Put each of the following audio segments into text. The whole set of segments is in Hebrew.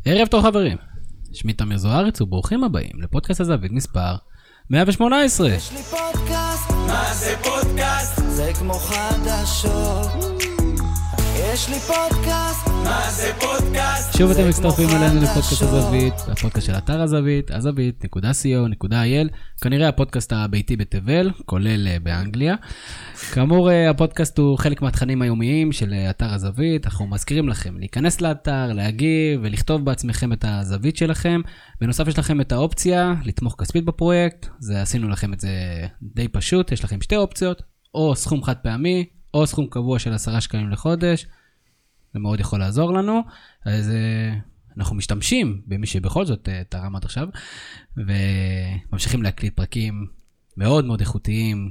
ערב טוב חברים, שמי תמיר זוארץ וברוכים הבאים לפודקאסט הזווית מספר 118. יש לי פודקאסט, מה זה פודקאסט? זה כמו חדשות. יש לי פודקאסט, מה זה פודקאסט? שוב אתם מצטרפים אלינו לפודקאסט הזווית, הפודקאסט של אתר הזווית, הזווית.co.il, כנראה הפודקאסט הביתי בתבל, כולל באנגליה. כאמור, הפודקאסט הוא חלק מהתכנים היומיים של אתר הזווית. אנחנו מזכירים לכם להיכנס לאתר, להגיב ולכתוב בעצמכם את הזווית שלכם. בנוסף יש לכם את האופציה לתמוך כספית בפרויקט, עשינו לכם את זה די פשוט, יש לכם שתי אופציות, או סכום חד פעמי, או סכום קבוע של 10 שקלים לחודש. זה מאוד יכול לעזור לנו. אז אנחנו משתמשים במי שבכל זאת תרם עד עכשיו, וממשיכים להקליט פרקים מאוד מאוד איכותיים,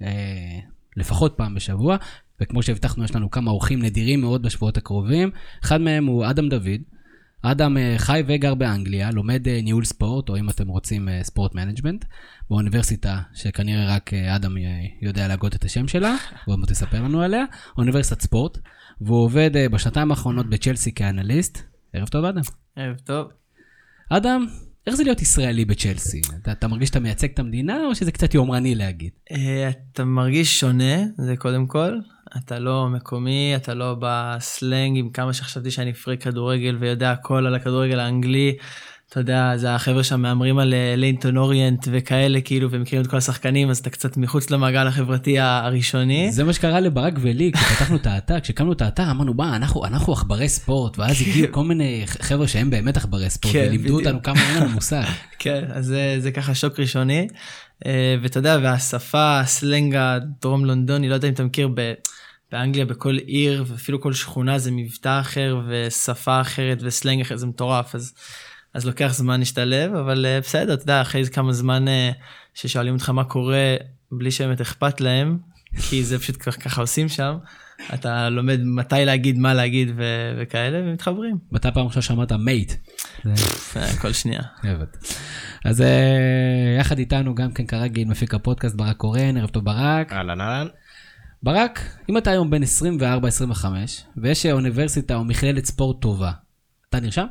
לפחות פעם בשבוע, וכמו שהבטחנו יש לנו כמה אורחים נדירים מאוד בשבועות הקרובים. אחד מהם הוא אדם דוד. אדם חי וגר באנגליה, לומד ניהול ספורט, או אם אתם רוצים ספורט מנג'מנט, באוניברסיטה שכנראה רק אדם יודע להגות את השם שלה, ועוד מעט תספר לנו עליה, אוניברסיטת ספורט, והוא עובד בשנתיים האחרונות בצ'לסי כאנליסט. ערב טוב אדם. ערב טוב. אדם, איך זה להיות ישראלי בצ'לסי? אתה מרגיש שאתה מייצג את המדינה, או שזה קצת יומרני להגיד? אתה מרגיש שונה, זה קודם כל. אתה לא מקומי, אתה לא בסלנג, עם כמה שחשבתי שאני פריק כדורגל ויודע הכל על הכדורגל האנגלי. אתה יודע, זה החבר'ה שם מאמרים על ליינטון אוריינט וכאלה, כאילו, ומכירים את כל השחקנים, אז אתה קצת מחוץ למעגל החברתי הראשוני. זה מה שקרה לברק ולי, כשפתחנו את האתר, כשקמנו את האתר, אמרנו, אנחנו עכברי ספורט, ואז הגיעו כל מיני חבר'ה שהם באמת עכברי ספורט, ולימדו אותנו כמה אין לנו מושג. כן, אז זה ככה שוק ראשוני, ואתה יודע, והשפה, הסלנג הדרום לונדוני, לא יודע אם אתה מכיר באנגליה, בכל עיר, ואפילו כל שכונה זה מבטא אחר, ושפה אחרת, וסלנג אחר, זה מטורף, אז לוקח זמן להשתלב, אבל בסדר, אתה יודע, אחרי כמה זמן ששואלים אותך מה קורה, בלי שבאמת אכפת להם, כי זה פשוט ככה עושים שם, אתה לומד מתי להגיד, מה להגיד וכאלה, ומתחברים. מתי פעם עכשיו שמעת מייט? כל שנייה. אז יחד איתנו גם כן כרגיל מפיק הפודקאסט ברק קורן. ערב טוב ברק. אהלן אהלן. ברק, אם אתה היום בן 24-25, ויש אוניברסיטה או מכללת ספורט טובה, אתה נרשם?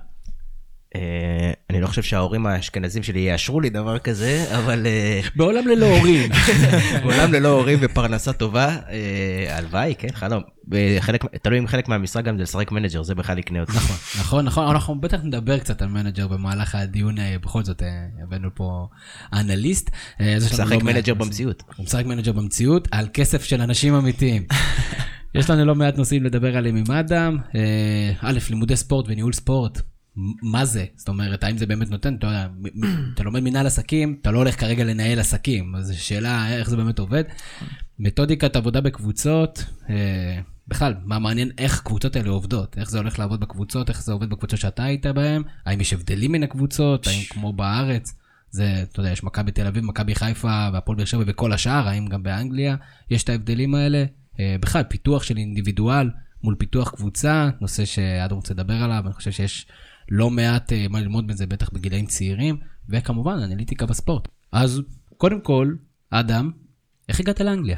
אני לא חושב שההורים האשכנזים שלי יאשרו לי דבר כזה, אבל... בעולם ללא הורים. בעולם ללא הורים ופרנסה טובה, הלוואי, כן, חלום. תלוי אם חלק מהמשרה גם זה לשחק מנג'ר, זה בכלל יקנה אותי. נכון. אנחנו בטח נדבר קצת על מנג'ר במהלך הדיון, בכל זאת הבאנו פה אנליסט. משחק מנג'ר במציאות. הוא משחק מנג'ר במציאות, על כסף של אנשים אמיתיים. יש לנו לא מעט נושאים לדבר עליהם עם אדם. א', לימודי ספורט וניהול ספורט. מה זה? זאת אומרת, האם זה באמת נותן? אתה לומד מנהל עסקים, אתה לא הולך כרגע לנהל עסקים, אז שאלה איך זה באמת עובד. מתודיקת עבודה בקבוצות, בכלל, מה מעניין איך הקבוצות האלה עובדות? איך זה הולך לעבוד בקבוצות? איך זה עובד בקבוצות שאתה היית בהן? האם יש הבדלים מן הקבוצות? האם כמו בארץ? זה, אתה יודע, יש מכבי תל אביב, מכבי חיפה, והפועל באר שבע וכל השאר, האם גם באנגליה יש את ההבדלים האלה? בכלל, פיתוח של אינדיבידואל מול פיתוח קבוצה, נושא שאדם רוצה לדבר עליו, אני חושב שיש לא מעט מה ללמוד בזה, בטח בגילאים צעירים, וכמובן, אנליטיקה בספורט. אז קודם כל, אדם, איך הגעת לאנגליה?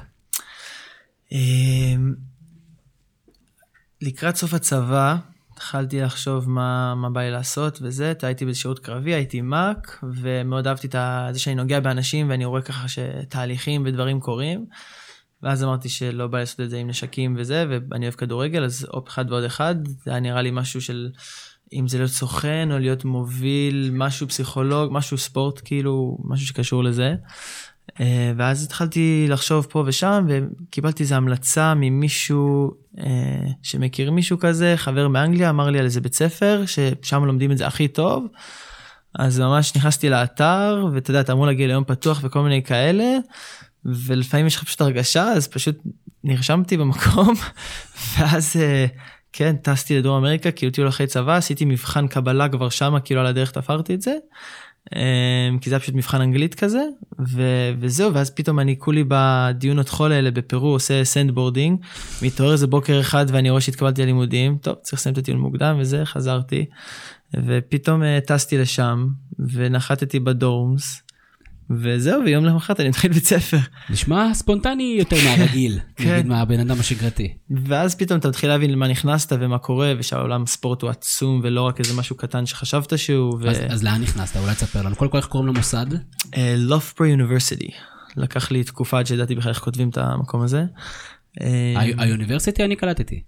לקראת סוף הצבא, התחלתי לחשוב מה בא לי לעשות וזה, הייתי בשירות קרבי, הייתי מק, ומאוד אהבתי את זה שאני נוגע באנשים, ואני רואה ככה שתהליכים ודברים קורים, ואז אמרתי שלא בא לעשות את זה עם נשקים וזה, ואני אוהב כדורגל, אז אופ אחד ועוד אחד, זה היה נראה לי משהו של... אם זה להיות סוכן או להיות מוביל, משהו פסיכולוג, משהו ספורט, כאילו, משהו שקשור לזה. ואז התחלתי לחשוב פה ושם, וקיבלתי איזו המלצה ממישהו שמכיר מישהו כזה, חבר מאנגליה, אמר לי על איזה בית ספר, ששם לומדים את זה הכי טוב. אז ממש נכנסתי לאתר, ואתה יודע, אתה אמור להגיע ליום פתוח וכל מיני כאלה, ולפעמים יש לך פשוט הרגשה, אז פשוט נרשמתי במקום, ואז... כן, טסתי לדרום אמריקה, כאילו טיול אחרי צבא, עשיתי מבחן קבלה כבר שמה, כאילו על הדרך תפרתי את זה, כי זה היה פשוט מבחן אנגלית כזה, וזהו, ואז פתאום אני כולי בדיונות חול האלה בפרו, עושה סנדבורדינג, מתעורר איזה בוקר אחד, ואני רואה שהתקבלתי ללימודים, טוב, צריך לסיים את הטיול מוקדם, וזה, חזרתי, ופתאום טסתי לשם, ונחתתי בדורמס, וזהו, ויום למחרת אני מתחיל בית ספר. נשמע ספונטני יותר מהרגיל, נגיד מהבן אדם השגרתי. ואז פתאום אתה מתחיל להבין למה נכנסת ומה קורה, ושהעולם ספורט הוא עצום, ולא רק איזה משהו קטן שחשבת שהוא. אז לאן נכנסת? אולי תספר לנו. קודם כל, איך קוראים למוסד? Loughborough University. לקח לי תקופה עד שידעתי בכלל איך כותבים את המקום הזה. האוניברסיטי אני קלטתי.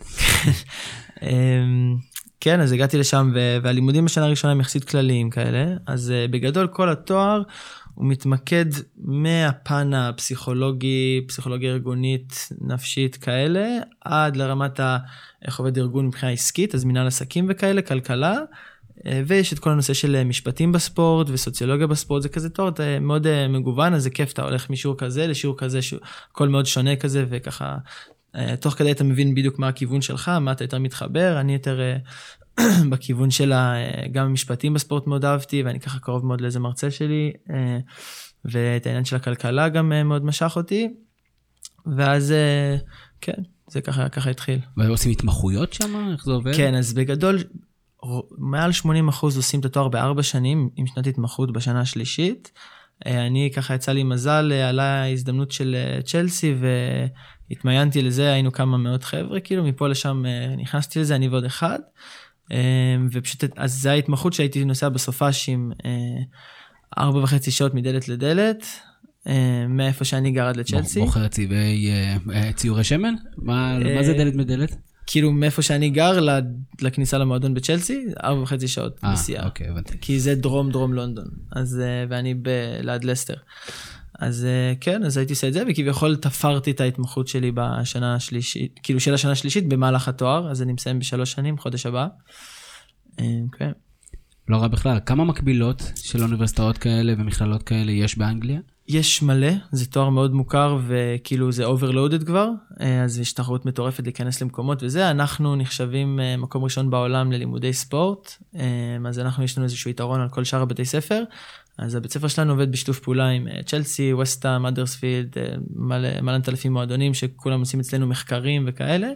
כן, אז הגעתי לשם, והלימודים בשנה הראשונה הם יחסית כלליים כאלה, אז בגדול כל התואר הוא מתמקד מהפן הפסיכולוגי, פסיכולוגיה ארגונית, נפשית כאלה, עד לרמת איך עובד ארגון מבחינה עסקית, אז מנהל עסקים וכאלה, כלכלה, ויש את כל הנושא של משפטים בספורט וסוציולוגיה בספורט, זה כזה תואר מאוד מגוון, אז זה כיף, אתה הולך משיעור כזה לשיעור כזה, הכל מאוד שונה כזה, וככה, תוך כדי אתה מבין בדיוק מה הכיוון שלך, מה אתה יותר מתחבר, אני יותר בכיוון של גם משפטים בספורט מאוד אהבתי, ואני ככה קרוב מאוד לאיזה מרצה שלי, ואת העניין של הכלכלה גם מאוד משך אותי, ואז כן, זה ככה התחיל. ועושים התמחויות שם? איך זה עובד? כן, אז בגדול, מעל 80% עושים את התואר ב4 שנים, עם שנת התמחות בשנה השלישית. אני ככה יצא לי מזל, עלה ההזדמנות של צ'לסי, והתמיינתי לזה, היינו כמה מאות חבר'ה, כאילו מפה לשם נכנסתי לזה, אני ועוד אחד. ופשוט, אז זה ההתמחות שהייתי נוסע בסופאשים 4.5 שעות מדלת לדלת, מאיפה שאני גר עד לצ'לסי. בוחר ציורי שמן? מה זה דלת מדלת? כאילו מאיפה שאני גר לכניסה למועדון בצ'לסי, 4.5 שעות נסיעה. אוקיי, הבנתי. כי זה דרום לונדון, ואני ליד לסטר. אז כן, אז הייתי עושה את זה, וכביכול תפרתי את ההתמחות שלי בשנה השלישית, כאילו של השנה השלישית במהלך התואר, אז אני מסיים ב3 שנים, חודש הבא. כן. לא רע בכלל. כמה מקבילות של אוניברסיטאות כאלה ומכללות כאלה יש באנגליה? יש מלא, זה תואר מאוד מוכר, וכאילו זה overloaded כבר, אז יש תחרות מטורפת להיכנס למקומות וזה, אנחנו נחשבים מקום ראשון בעולם ללימודי ספורט, אז יש לנו איזשהו יתרון על כל שאר הבתי ספר, אז הבית ספר שלנו עובד בשיתוף פעולה עם צ'לסי, וסטהאם, אדרספילד, מלא אלפים מועדונים שכולם עושים אצלנו מחקרים וכאלה.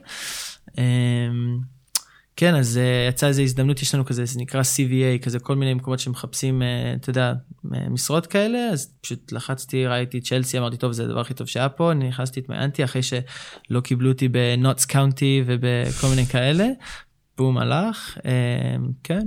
כן, אז יצאה איזו הזדמנות, יש לנו כזה, זה נקרא CVA, כזה כל מיני מקומות שמחפשים, אתה יודע, משרות כאלה, אז פשוט לחצתי, ראיתי צ'לסי, אמרתי, טוב, זה הדבר הכי טוב שהיה פה, אני נכנסתי, התמיינתי, אחרי שלא קיבלו אותי בנוטס קאונטי ובכל מיני כאלה, בום, הלך, כן.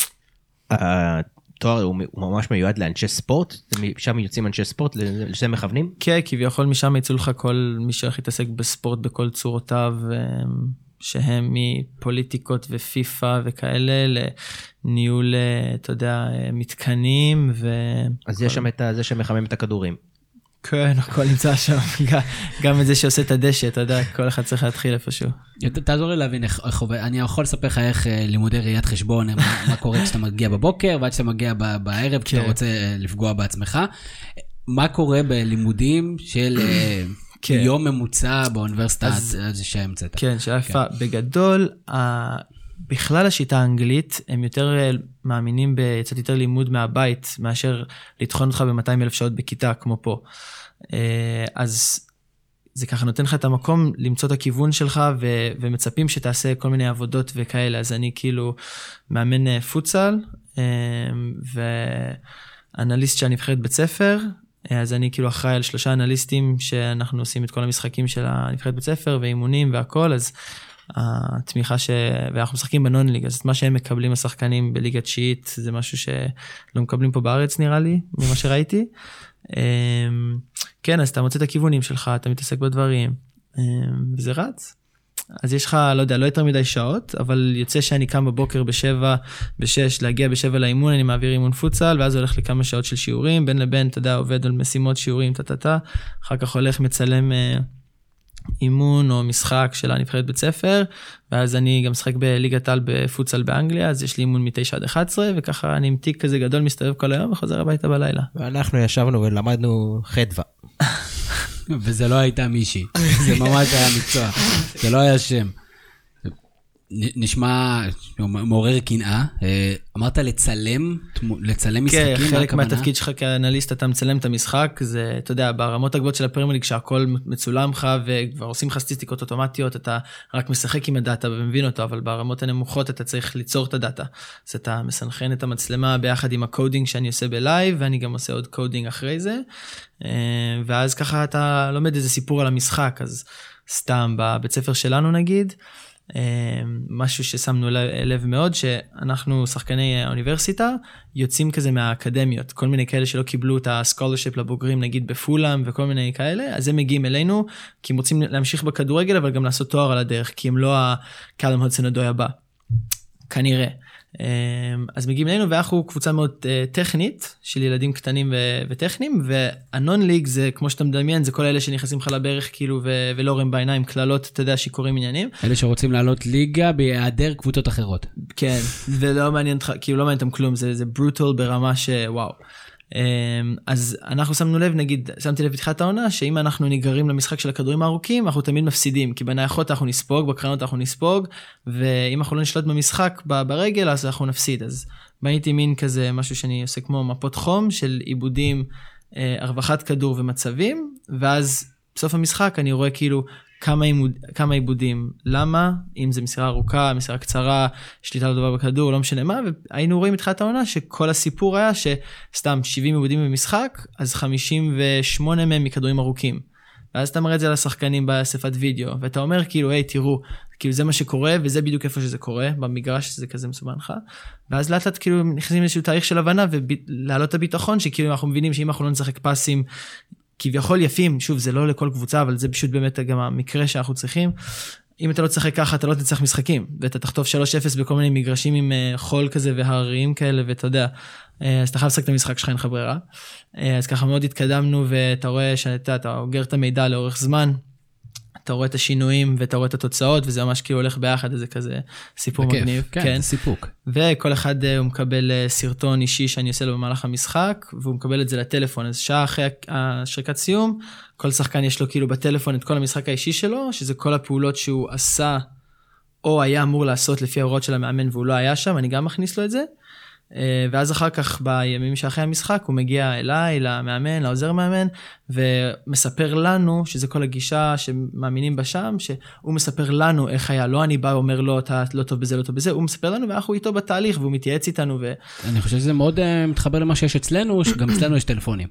התואר הוא ממש מיועד לאנשי ספורט, שם יוצאים אנשי ספורט, לשם מכוונים? כן, כביכול משם יצאו לך כל מי שהולך להתעסק בספורט בכל צורותיו, שהם מפוליטיקות ופיפה וכאלה, לניהול, אתה יודע, מתקנים אז יש שם את זה שמחמם את הכדורים. כן, הכל נמצא שם, גם את זה שעושה את הדשא, אתה יודע, כל אחד צריך להתחיל איפשהו. תעזור לי להבין איך עובד, אני יכול לספר לך איך לימודי ראיית חשבון, מה קורה כשאתה מגיע בבוקר, ועד שאתה מגיע בערב, כשאתה רוצה לפגוע בעצמך. מה קורה בלימודים של יום ממוצע באוניברסיטה, זה שהמצאת? כן, שאלה יפה. בגדול, בכלל השיטה האנגלית, הם יותר מאמינים ביצאת יותר לימוד מהבית, מאשר לתחון אותך ב-200,000 שעות בכיתה, כמו פה. אז זה ככה נותן לך את המקום למצוא את הכיוון שלך, ומצפים שתעשה כל מיני עבודות וכאלה. אז אני כאילו מאמן פוטסל, ואנליסט של הנבחרת בית ספר, אז אני כאילו אחראי על 3 אנליסטים, שאנחנו עושים את כל המשחקים של הנבחרת בית ספר, ואימונים והכל, אז התמיכה ואנחנו משחקים בנון-ליג, אז את מה שהם מקבלים השחקנים בליגה תשיעית, זה משהו שלא מקבלים פה בארץ נראה לי, ממה שראיתי. כן, אז אתה מוצא את הכיוונים שלך, אתה מתעסק בדברים, וזה רץ. אז יש לך, לא יודע, לא יותר מדי שעות, אבל יוצא שאני קם בבוקר ב7, ב6, להגיע ב7 לאימון, אני מעביר אימון פוטסל, ואז הולך לכמה שעות של שיעורים, בין לבין, אתה יודע, עובד על משימות שיעורים, אחר כך הולך מצלם אימון או משחק של הנבחרת בית ספר, ואז אני גם משחק בליגת העל בפוטסל באנגליה, אז יש לי אימון מ9 עד 11, וככה אני עם תיק כזה גדול, מסתובב כל היום, וחוזר הביתה בלילה. ואנחנו ישבנו ולמדנו חדווה. וזה לא הייתה מישהי, זה ממש היה מקצוע, זה לא היה שם. נשמע מעורר קנאה. אמרת לצלם משחקים? כן, חלק מהתפקיד שלך כאנליסט, אתה מצלם את המשחק, זה, אתה יודע, ברמות הגבוהות של הפרמייר ליג, שהכל מצולם לך, וכבר עושים לך סטטיסטיקות אוטומטיות, אתה רק משחק עם הדאטה ומבין אותו, אבל ברמות הנמוכות אתה צריך ליצור את הדאטה. אז אתה מסנכרן את המצלמה ביחד עם הקודינג שאני עושה בלייב, ואני גם עושה עוד קודינג אחרי זה, ואז ככה אתה לומד איזה סיפור על המשחק, אז סתם בבית ספר שלנו נגיד, משהו ששמנו לב מאוד, שאנחנו שחקני האוניברסיטה, יוצאים כזה מהאקדמיות, כל מיני כאלה שלא קיבלו את הסקולרשיפ לבוגרים, נגיד בפולאם וכל מיני כאלה, אז הם מגיעים אלינו, כי הם רוצים להמשיך בכדורגל, אבל גם לעשות תואר על הדרך, כי הם לא הקלם הודסון הדוי הבא, כנראה. אז מגיעים אלינו, ואנחנו קבוצה מאוד טכנית, של ילדים קטנים וטכניים, והנון ליג זה, כמו שאתה מדמיין, זה כל אלה שנכנסים לך לברך, כאילו, ולא רואים בעיניים, כללות, אתה יודע, שיקורים עניינים. אלה שרוצים לעלות ליגה, בהיעדר קבוצות אחרות. כן, ולא מעניין אותך, כאילו, לא מעניין אותם כלום, זה ברוטל ברמה שוואו. אז אנחנו שמנו לב, נגיד, שמתי לב בתחילת העונה, שאם אנחנו ניגרים למשחק של הכדורים הארוכים, אנחנו תמיד מפסידים, כי בנייחות אנחנו נספוג, בקרנות אנחנו נספוג, ואם אנחנו לא נשלוט במשחק ברגל, אז אנחנו נפסיד. אז בניתי מין כזה, משהו שאני עושה כמו מפות חום, של עיבודים, הרווחת כדור ומצבים, ואז בסוף המשחק אני רואה כאילו, כמה עיבודים, למה? אם זה מסירה ארוכה, מסירה קצרה, שליטה לא טובה בכדור, לא משנה מה, והיינו רואים מתחילת העונה שכל הסיפור היה שסתם 70 עיבודים במשחק, אז 58 מהם מכדורים ארוכים. ואז אתה מראה את זה לשחקנים באספת וידאו, ואתה אומר כאילו, היי, תראו, כאילו זה מה שקורה, וזה בדיוק איפה שזה קורה, במגרש שזה כזה מסובן לך, ואז לאט לאט כאילו נכנסים לאיזשהו תהליך של הבנה, ולהעלות את הביטחון, שכאילו אנחנו מבינים שאם אנחנו לא נשחק פסים, כביכול יפים, שוב, זה לא לכל קבוצה, אבל זה פשוט באמת גם המקרה שאנחנו צריכים. אם אתה לא תשחק ככה, אתה לא תצטרך משחקים, ואתה תחטוף 3-0 בכל מיני מגרשים עם חול כזה והרעים כאלה, ואתה יודע, אז אתה חייב לשחק את המשחק שלך, אין לך ברירה. אז ככה מאוד התקדמנו, ואתה רואה שאתה אוגר את המידע לאורך זמן, אתה רואה את השינויים ואתה רואה את התוצאות, וזה ממש כאילו הולך ביחד, זה כזה סיפור מגניב. כן, סיפוק. וכל אחד הוא מקבל סרטון אישי שאני עושה לו במהלך המשחק, והוא מקבל את זה לטלפון, אז שעה אחרי השריקת סיום, כל שחקן יש לו כאילו בטלפון את כל המשחק האישי שלו, שזה כל הפעולות שהוא עשה, או היה אמור לעשות לפי ההוראות של המאמן, והוא לא היה שם, אני גם מכניס לו את זה, ואז אחר כך בימים שאחרי המשחק הוא מגיע אליי, למאמן, לעוזר מאמן, ומספר לנו, שזה כל הגישה שמאמינים בה שם, שהוא מספר לנו איך היה, לא אני בא ואומר לו, אתה לא טוב בזה, לא טוב בזה, הוא מספר לנו ואנחנו איתו בתהליך, והוא מתייעץ איתנו. אני חושב שזה מאוד מתחבר למה שיש אצלנו, שגם אצלנו יש טלפונים.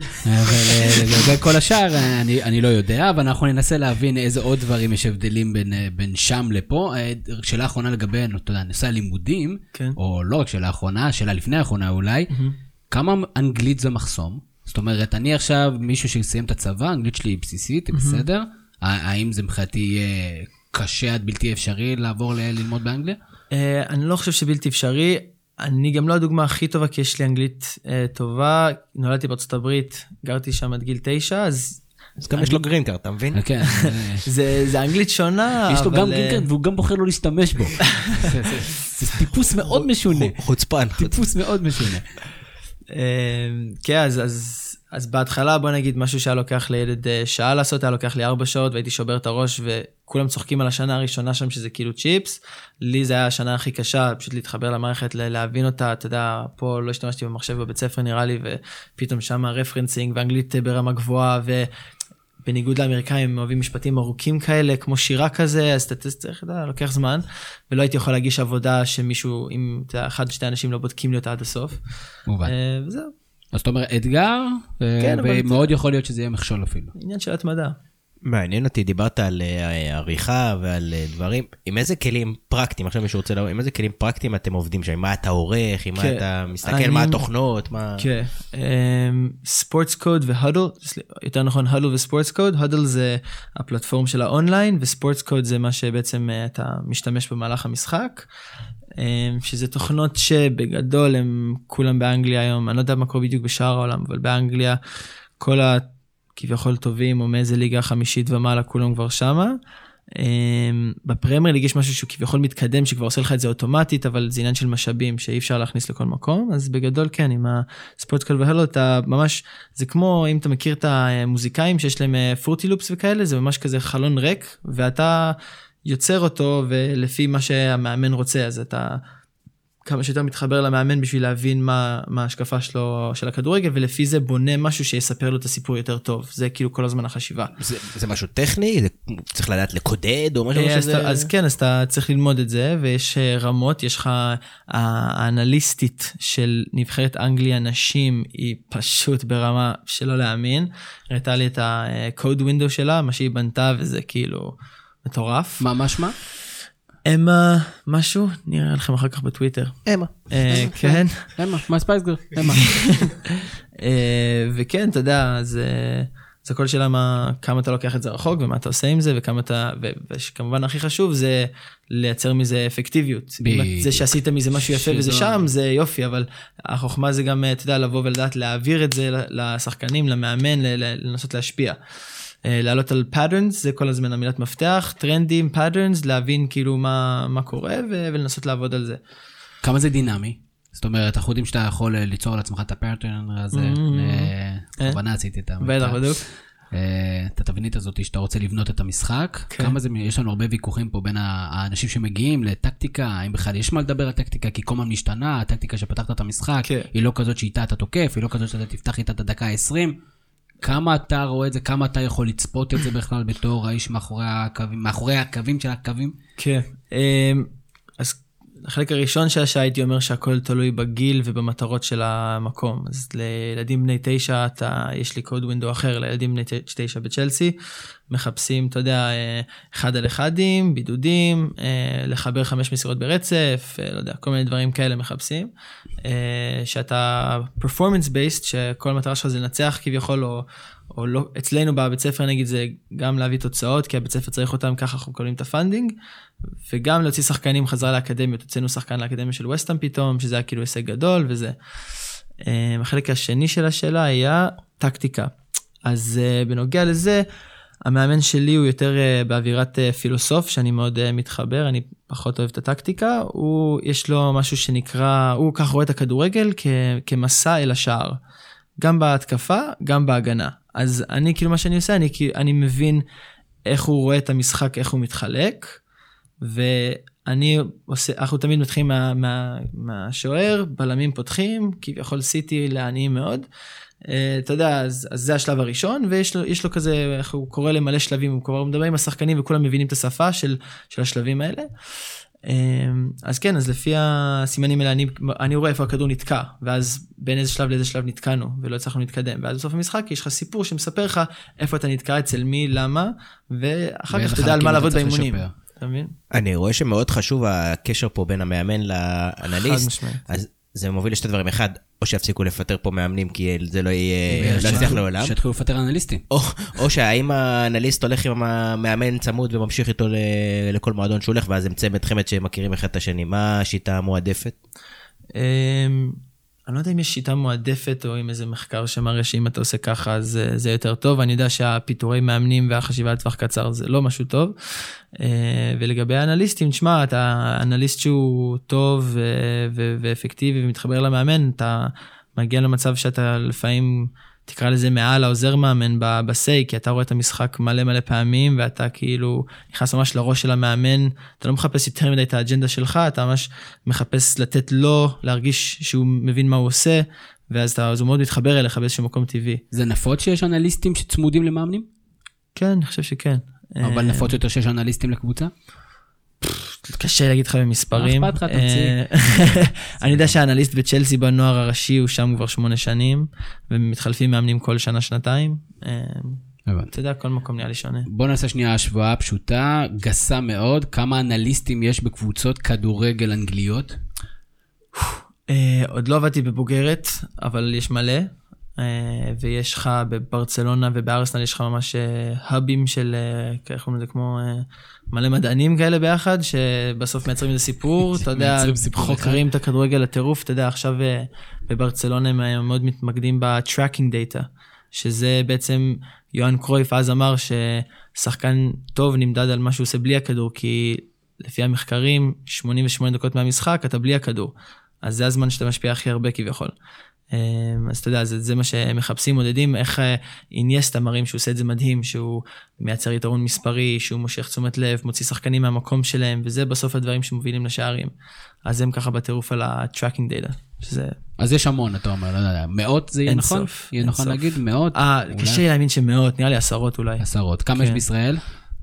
ולגבי כל השאר, אני לא יודע, אבל אנחנו ננסה להבין איזה עוד דברים יש הבדלים בין שם לפה. שאלה האחרונה לגבי, אתה יודע, נושא הלימודים, או לא רק שאלה האחרונה, שאלה לפני האחרונה אולי, כמה אנגלית זה מחסום? זאת אומרת, אני עכשיו מישהו שסיים את הצבא, האנגלית שלי היא בסיסית, בסדר? האם זה מבחינתי יהיה קשה עד בלתי אפשרי לעבור ללמוד באנגליה? אני לא חושב שבלתי אפשרי, אני גם לא הדוגמה הכי טובה, כי יש לי אנגלית טובה, נולדתי בארצות הברית, גרתי שם עד גיל 9, אז גם יש לו גרינקארד, אתה מבין? כן. זה אנגלית שונה, יש לו גם גרינקארד, והוא גם בוחר לא להשתמש בו. זה טיפוס מאוד משונה. חוצפן. טיפוס מאוד משונה. כן, אז בהתחלה בוא נגיד משהו שהיה לוקח לילד שעה לעשות, היה לוקח לי 4 שעות, והייתי שובר את הראש, וכולם צוחקים על השנה הראשונה שם, שזה כאילו צ'יפס. לי זה היה השנה הכי קשה, פשוט להתחבר למערכת, להבין אותה, אתה יודע, פה לא השתמשתי במחשב בבית ספר נראה לי, ופתאום שם הרפרנסינג, ואנגלית ברמה גבוהה, ובניגוד לאמריקאים, הם אוהבים משפטים ארוכים כאלה, כמו שירה כזה, אז אתה צריך, לוקח זמן, ולא הייתי יכול להגיש עבודה שמישהו, אם אחד או שתי אנשים לא בודקים לי אותה עד הסוף. וזהו. אז אתה אומר אתגר, ומאוד יכול להיות שזה יהיה מכשול אפילו. עניין של התמדה. מעניין אותי, דיברת על עריכה ועל דברים, עם איזה כלים פרקטיים, עכשיו מישהו רוצה להראות, עם איזה כלים פרקטיים אתם עובדים שם, מה אתה עורך, עם מה אתה מסתכל, מה התוכנות, מה... כן, ספורטס קוד והודל, יותר נכון הודל וספורטס קוד, הודל זה הפלטפורם של האונליין, וספורטס קוד זה מה שבעצם אתה משתמש במהלך המשחק, שזה תוכנות שבגדול הם כולם באנגליה היום, אני לא יודע מה קורה בדיוק בשאר העולם, אבל באנגליה כל כביכול טובים, או מאיזה ליגה חמישית ומעלה, כולם כבר שמה. בפרמייר ליג יש משהו שהוא כביכול מתקדם, שכבר עושה לך את זה אוטומטית, אבל זה עניין של משאבים, שאי אפשר להכניס לכל מקום, אז בגדול כן, עם הספורט קול והלו, אתה ממש, זה כמו, אם אתה מכיר את המוזיקאים, שיש להם פרוטי לופס וכאלה, זה ממש כזה חלון ריק, ואתה יוצר אותו, ולפי מה שהמאמן רוצה, אז אתה כמה שיותר מתחבר למאמן בשביל להבין מה ההשקפה שלו של הכדורגל, ולפי זה בונה משהו שיספר לו את הסיפור יותר טוב. זה כאילו כל הזמן החשיבה. זה משהו טכני? צריך לדעת לקודד או משהו שזה... אז כן, אז אתה צריך ללמוד את זה, ויש רמות, יש לך האנליסטית של נבחרת אנגליה נשים, היא פשוט ברמה שלא להאמין. ראיתה לי את הקוד ווינדו שלה, מה שהיא בנתה, וזה כאילו מטורף. ממש מה? אמה, משהו, נראה לכם אחר כך בטוויטר. אמה. כן. אמה, מה ספייס גר? אמה. וכן, אתה יודע, זה כל שאלה כמה אתה לוקח את זה רחוק, ומה אתה עושה עם זה, וכמה אתה, וכמובן הכי חשוב זה לייצר מזה אפקטיביות. זה שעשית מזה משהו יפה וזה שם, זה יופי, אבל החוכמה זה גם, אתה יודע, לבוא ולדעת להעביר את זה לשחקנים, למאמן, לנסות להשפיע. לעלות על patterns, זה כל הזמן המילת מפתח, טרנדים, patterns, להבין כאילו מה קורה ולנסות לעבוד על זה. כמה זה דינמי? זאת אומרת, אנחנו יודעים שאתה יכול ליצור על עצמך את הפאטרן הזה, בכוונה עשיתי את בטח, בדיוק. את התבנית הזאת שאתה רוצה לבנות את המשחק, כמה זה, יש לנו הרבה ויכוחים פה בין האנשים שמגיעים לטקטיקה, האם בכלל יש מה לדבר על טקטיקה, כי כל הזמן משתנה, הטקטיקה שפתחת את המשחק, היא לא כזאת שאיתה אתה תוקף, היא לא כזאת שאתה תפתח איתה את הדקה ה-20, כמה אתה רואה את זה, כמה אתה יכול לצפות את זה בכלל בתור האיש מאחורי הקווים של הקווים? כן, אז החלק הראשון שהייתי אומר שהכל תלוי בגיל ובמטרות של המקום. אז לילדים בני 9, יש לי קוד ווינדו אחר, לילדים בני 9 בצ'לסי, מחפשים, אתה יודע, 1 על 1, בידודים, לחבר 5 מסירות ברצף, לא יודע, כל מיני דברים כאלה מחפשים, שאתה performance based, שכל מטרה שלך זה לנצח כביכול, או לא, אצלנו בבית ספר נגיד זה גם להביא תוצאות, כי הבית ספר צריך אותם, ככה אנחנו מקבלים את הפנדינג, וגם להוציא שחקנים חזרה לאקדמיות, הוצאנו שחקן לאקדמיה של ווסטהאם פתאום, שזה היה כאילו הישג גדול, וזה. החלק השני של השאלה היה טקטיקה. אז בנוגע לזה, המאמן שלי הוא יותר באווירת פילוסוף, שאני מאוד מתחבר, אני פחות אוהב את הטקטיקה, יש לו משהו שנקרא, הוא כך רואה את הכדורגל כמסע אל השער. גם בהתקפה, גם בהגנה. אז אני, כאילו מה שאני עושה, אני מבין איך הוא רואה את המשחק, איך הוא מתחלק, אנחנו תמיד מתחילים מהשוער, בלמים פותחים, כביכול סיטי לעניים מאוד, אתה יודע, אז זה השלב הראשון, ויש לו כזה, איך הוא קורא למלא שלבים, הוא כבר מדבר עם השחקנים, וכולם מבינים את השפה של השלבים האלה, אז כן, אז לפי הסימנים האלה, אני רואה איפה הכדור נתקע, ואז בין איזה שלב לאיזה שלב נתקענו, ולא הצלחנו להתקדם, ואז בסוף המשחק יש לך סיפור שמספר לך איפה אתה נתקע, אצל מי, למה, ואחר כך תדע על מה לעבוד באימונים. אני רואה שמאוד חשוב הקשר פה בין המאמן לאנליסט, אז זה מוביל לשתי דברים, אחד, או שיפסיקו לפטר פה מאמנים, כי זה לא יצליח לעולם. שיתחילו לפטר אנליסטים. או שהאם האנליסט הולך עם המאמן צמוד וממשיך איתו לכל מועדון שהוא הולך, ואז הם צמד חמד שמכירים אחד את השני. מה השיטה המועדפת? אני לא יודע אם יש שיטה מועדפת, או עם איזה מחקר שמראה שאם אתה עושה ככה, אז זה יותר טוב. אני יודע שהפיטורי מאמנים והחשיבה לטווח קצר זה לא משהו טוב. ולגבי האנליסטים, תשמע, אתה אנליסט שהוא טוב ואפקטיבי ומתחבר למאמן, אתה מגיע למצב שאתה לפעמים תקרא לזה מעל העוזר מאמן בסי, כי אתה רואה את המשחק מלא פעמים, ואתה כאילו נכנס ממש לראש של המאמן, אתה לא מחפש יותר מדי את האג'נדה שלך, אתה ממש מחפש לתת לו, להרגיש שהוא מבין מה הוא עושה, ואז הוא מאוד מתחבר אליך באיזשהו מקום טבעי. זה נפוץ שיש אנליסטים שצמודים למאמנים? כן, אני חושב שכן. אבל נפוץ יותר שיש אנליסטים לקבוצה? קשה להגיד לך במספרים. אני יודע שהאנליסט בצ'לסי בנוער הראשי הוא שם כבר 8 שנים, ומתחלפים מאמנים כל שנה-שנתיים. אתה יודע, כל מקום נהיה לי שונה. בוא נעשה שנייה השוואה פשוטה, גסה מאוד, כמה אנליסטים יש בקבוצות כדורגל אנגליות? עוד לא עבדתי בבוגרת, אבל יש מלא. ויש לך בברצלונה ובארסנל יש לך ממש הבים של, איך קוראים לזה, כמו מלא מדענים כאלה ביחד, שבסוף מייצרים איזה סיפור, אתה יודע, חוקרים את הכדורגל לטירוף, אתה יודע, עכשיו בברצלונה הם מאוד מתמקדים בטראקינג דאטה, שזה בעצם, יוהאן קרויף אז אמר ששחקן טוב נמדד על מה שהוא עושה בלי הכדור, כי לפי המחקרים, 88 דקות מהמשחק, אתה בלי הכדור, אז זה הזמן שאתה משפיע הכי הרבה כביכול. אז אתה יודע, זה מה שמחפשים, מודדים, איך אינייסטה מראים שהוא עושה את זה מדהים, שהוא מייצר יתרון מספרי, שהוא מושך תשומת לב, מוציא שחקנים מהמקום שלהם, וזה בסוף הדברים שמובילים לשערים. אז הם ככה בטירוף על ה-tracking data, שזה... אז יש המון, אתה אומר, לא יודע, מאות זה יהיה נכון? יהיה נכון להגיד מאות? קשה להאמין שמאות, נראה לי עשרות אולי. עשרות. כמה יש בישראל?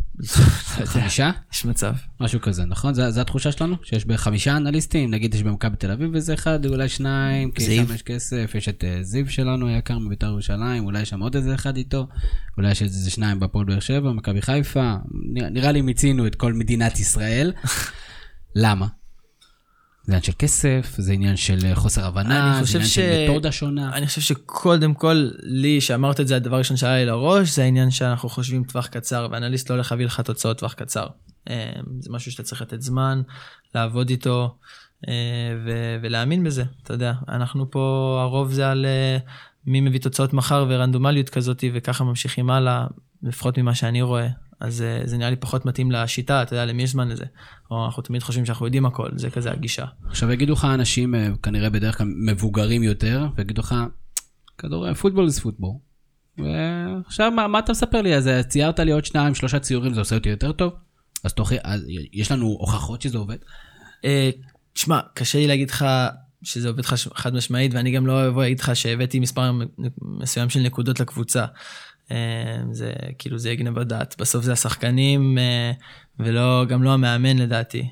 5? יש מצב. משהו כזה, נכון? זה התחושה שלנו? שיש ב5 אנליסטים, נגיד יש במכבי בתל אביב וזה אחד, אולי 2, כי שם יש כסף, יש את זיו שלנו היקר מבית"ר ירושלים, אולי יש שם עוד איזה אחד איתו, אולי יש איזה 2 בפועל באר שבע, מכבי חיפה, נראה לי מיצינו את כל מדינת ישראל. למה? זה עניין של כסף, זה עניין של חוסר הבנה, זה עניין של מתודה שונה. אני חושב שקודם כל, לי שאמרת את זה, הדבר ראשון שהיה לי לראש, זה העניין שאנחנו חושבים טווח קצר, ואנליסט לא הולך להביא לך תוצאות טווח קצר. זה משהו שאתה צריך לתת זמן, לעבוד איתו, ולהאמין בזה. אתה יודע, אנחנו פה, הרוב זה על מי מביא תוצאות מחר ורנדומליות כזאת, וככה ממשיכים הלאה, לפחות ממה שאני רואה. אז זה נראה לי פחות מתאים לשיטה, אתה יודע, למי יש זמן לזה. או אנחנו תמיד חושבים שאנחנו יודעים הכל, זה כזה הגישה. עכשיו יגידו לך אנשים, כנראה בדרך כלל מבוגרים יותר, ויגידו לך, כדורגל, פוטבול זה פוטבול. ועכשיו, מה אתה מספר לי? אז ציירת לי עוד 2-3 ציורים, זה עושה אותי יותר טוב? אז יש לנו הוכחות שזה עובד? תשמע, קשה לי להגיד לך שזה עובד חד משמעית, ואני גם לא אבוא להגיד לך שהבאתי מספר מסוים של נקודות לקבוצה. זה כאילו זה גנבת דעת. בסוף זה השחקנים וגם לא המאמן לדעתי.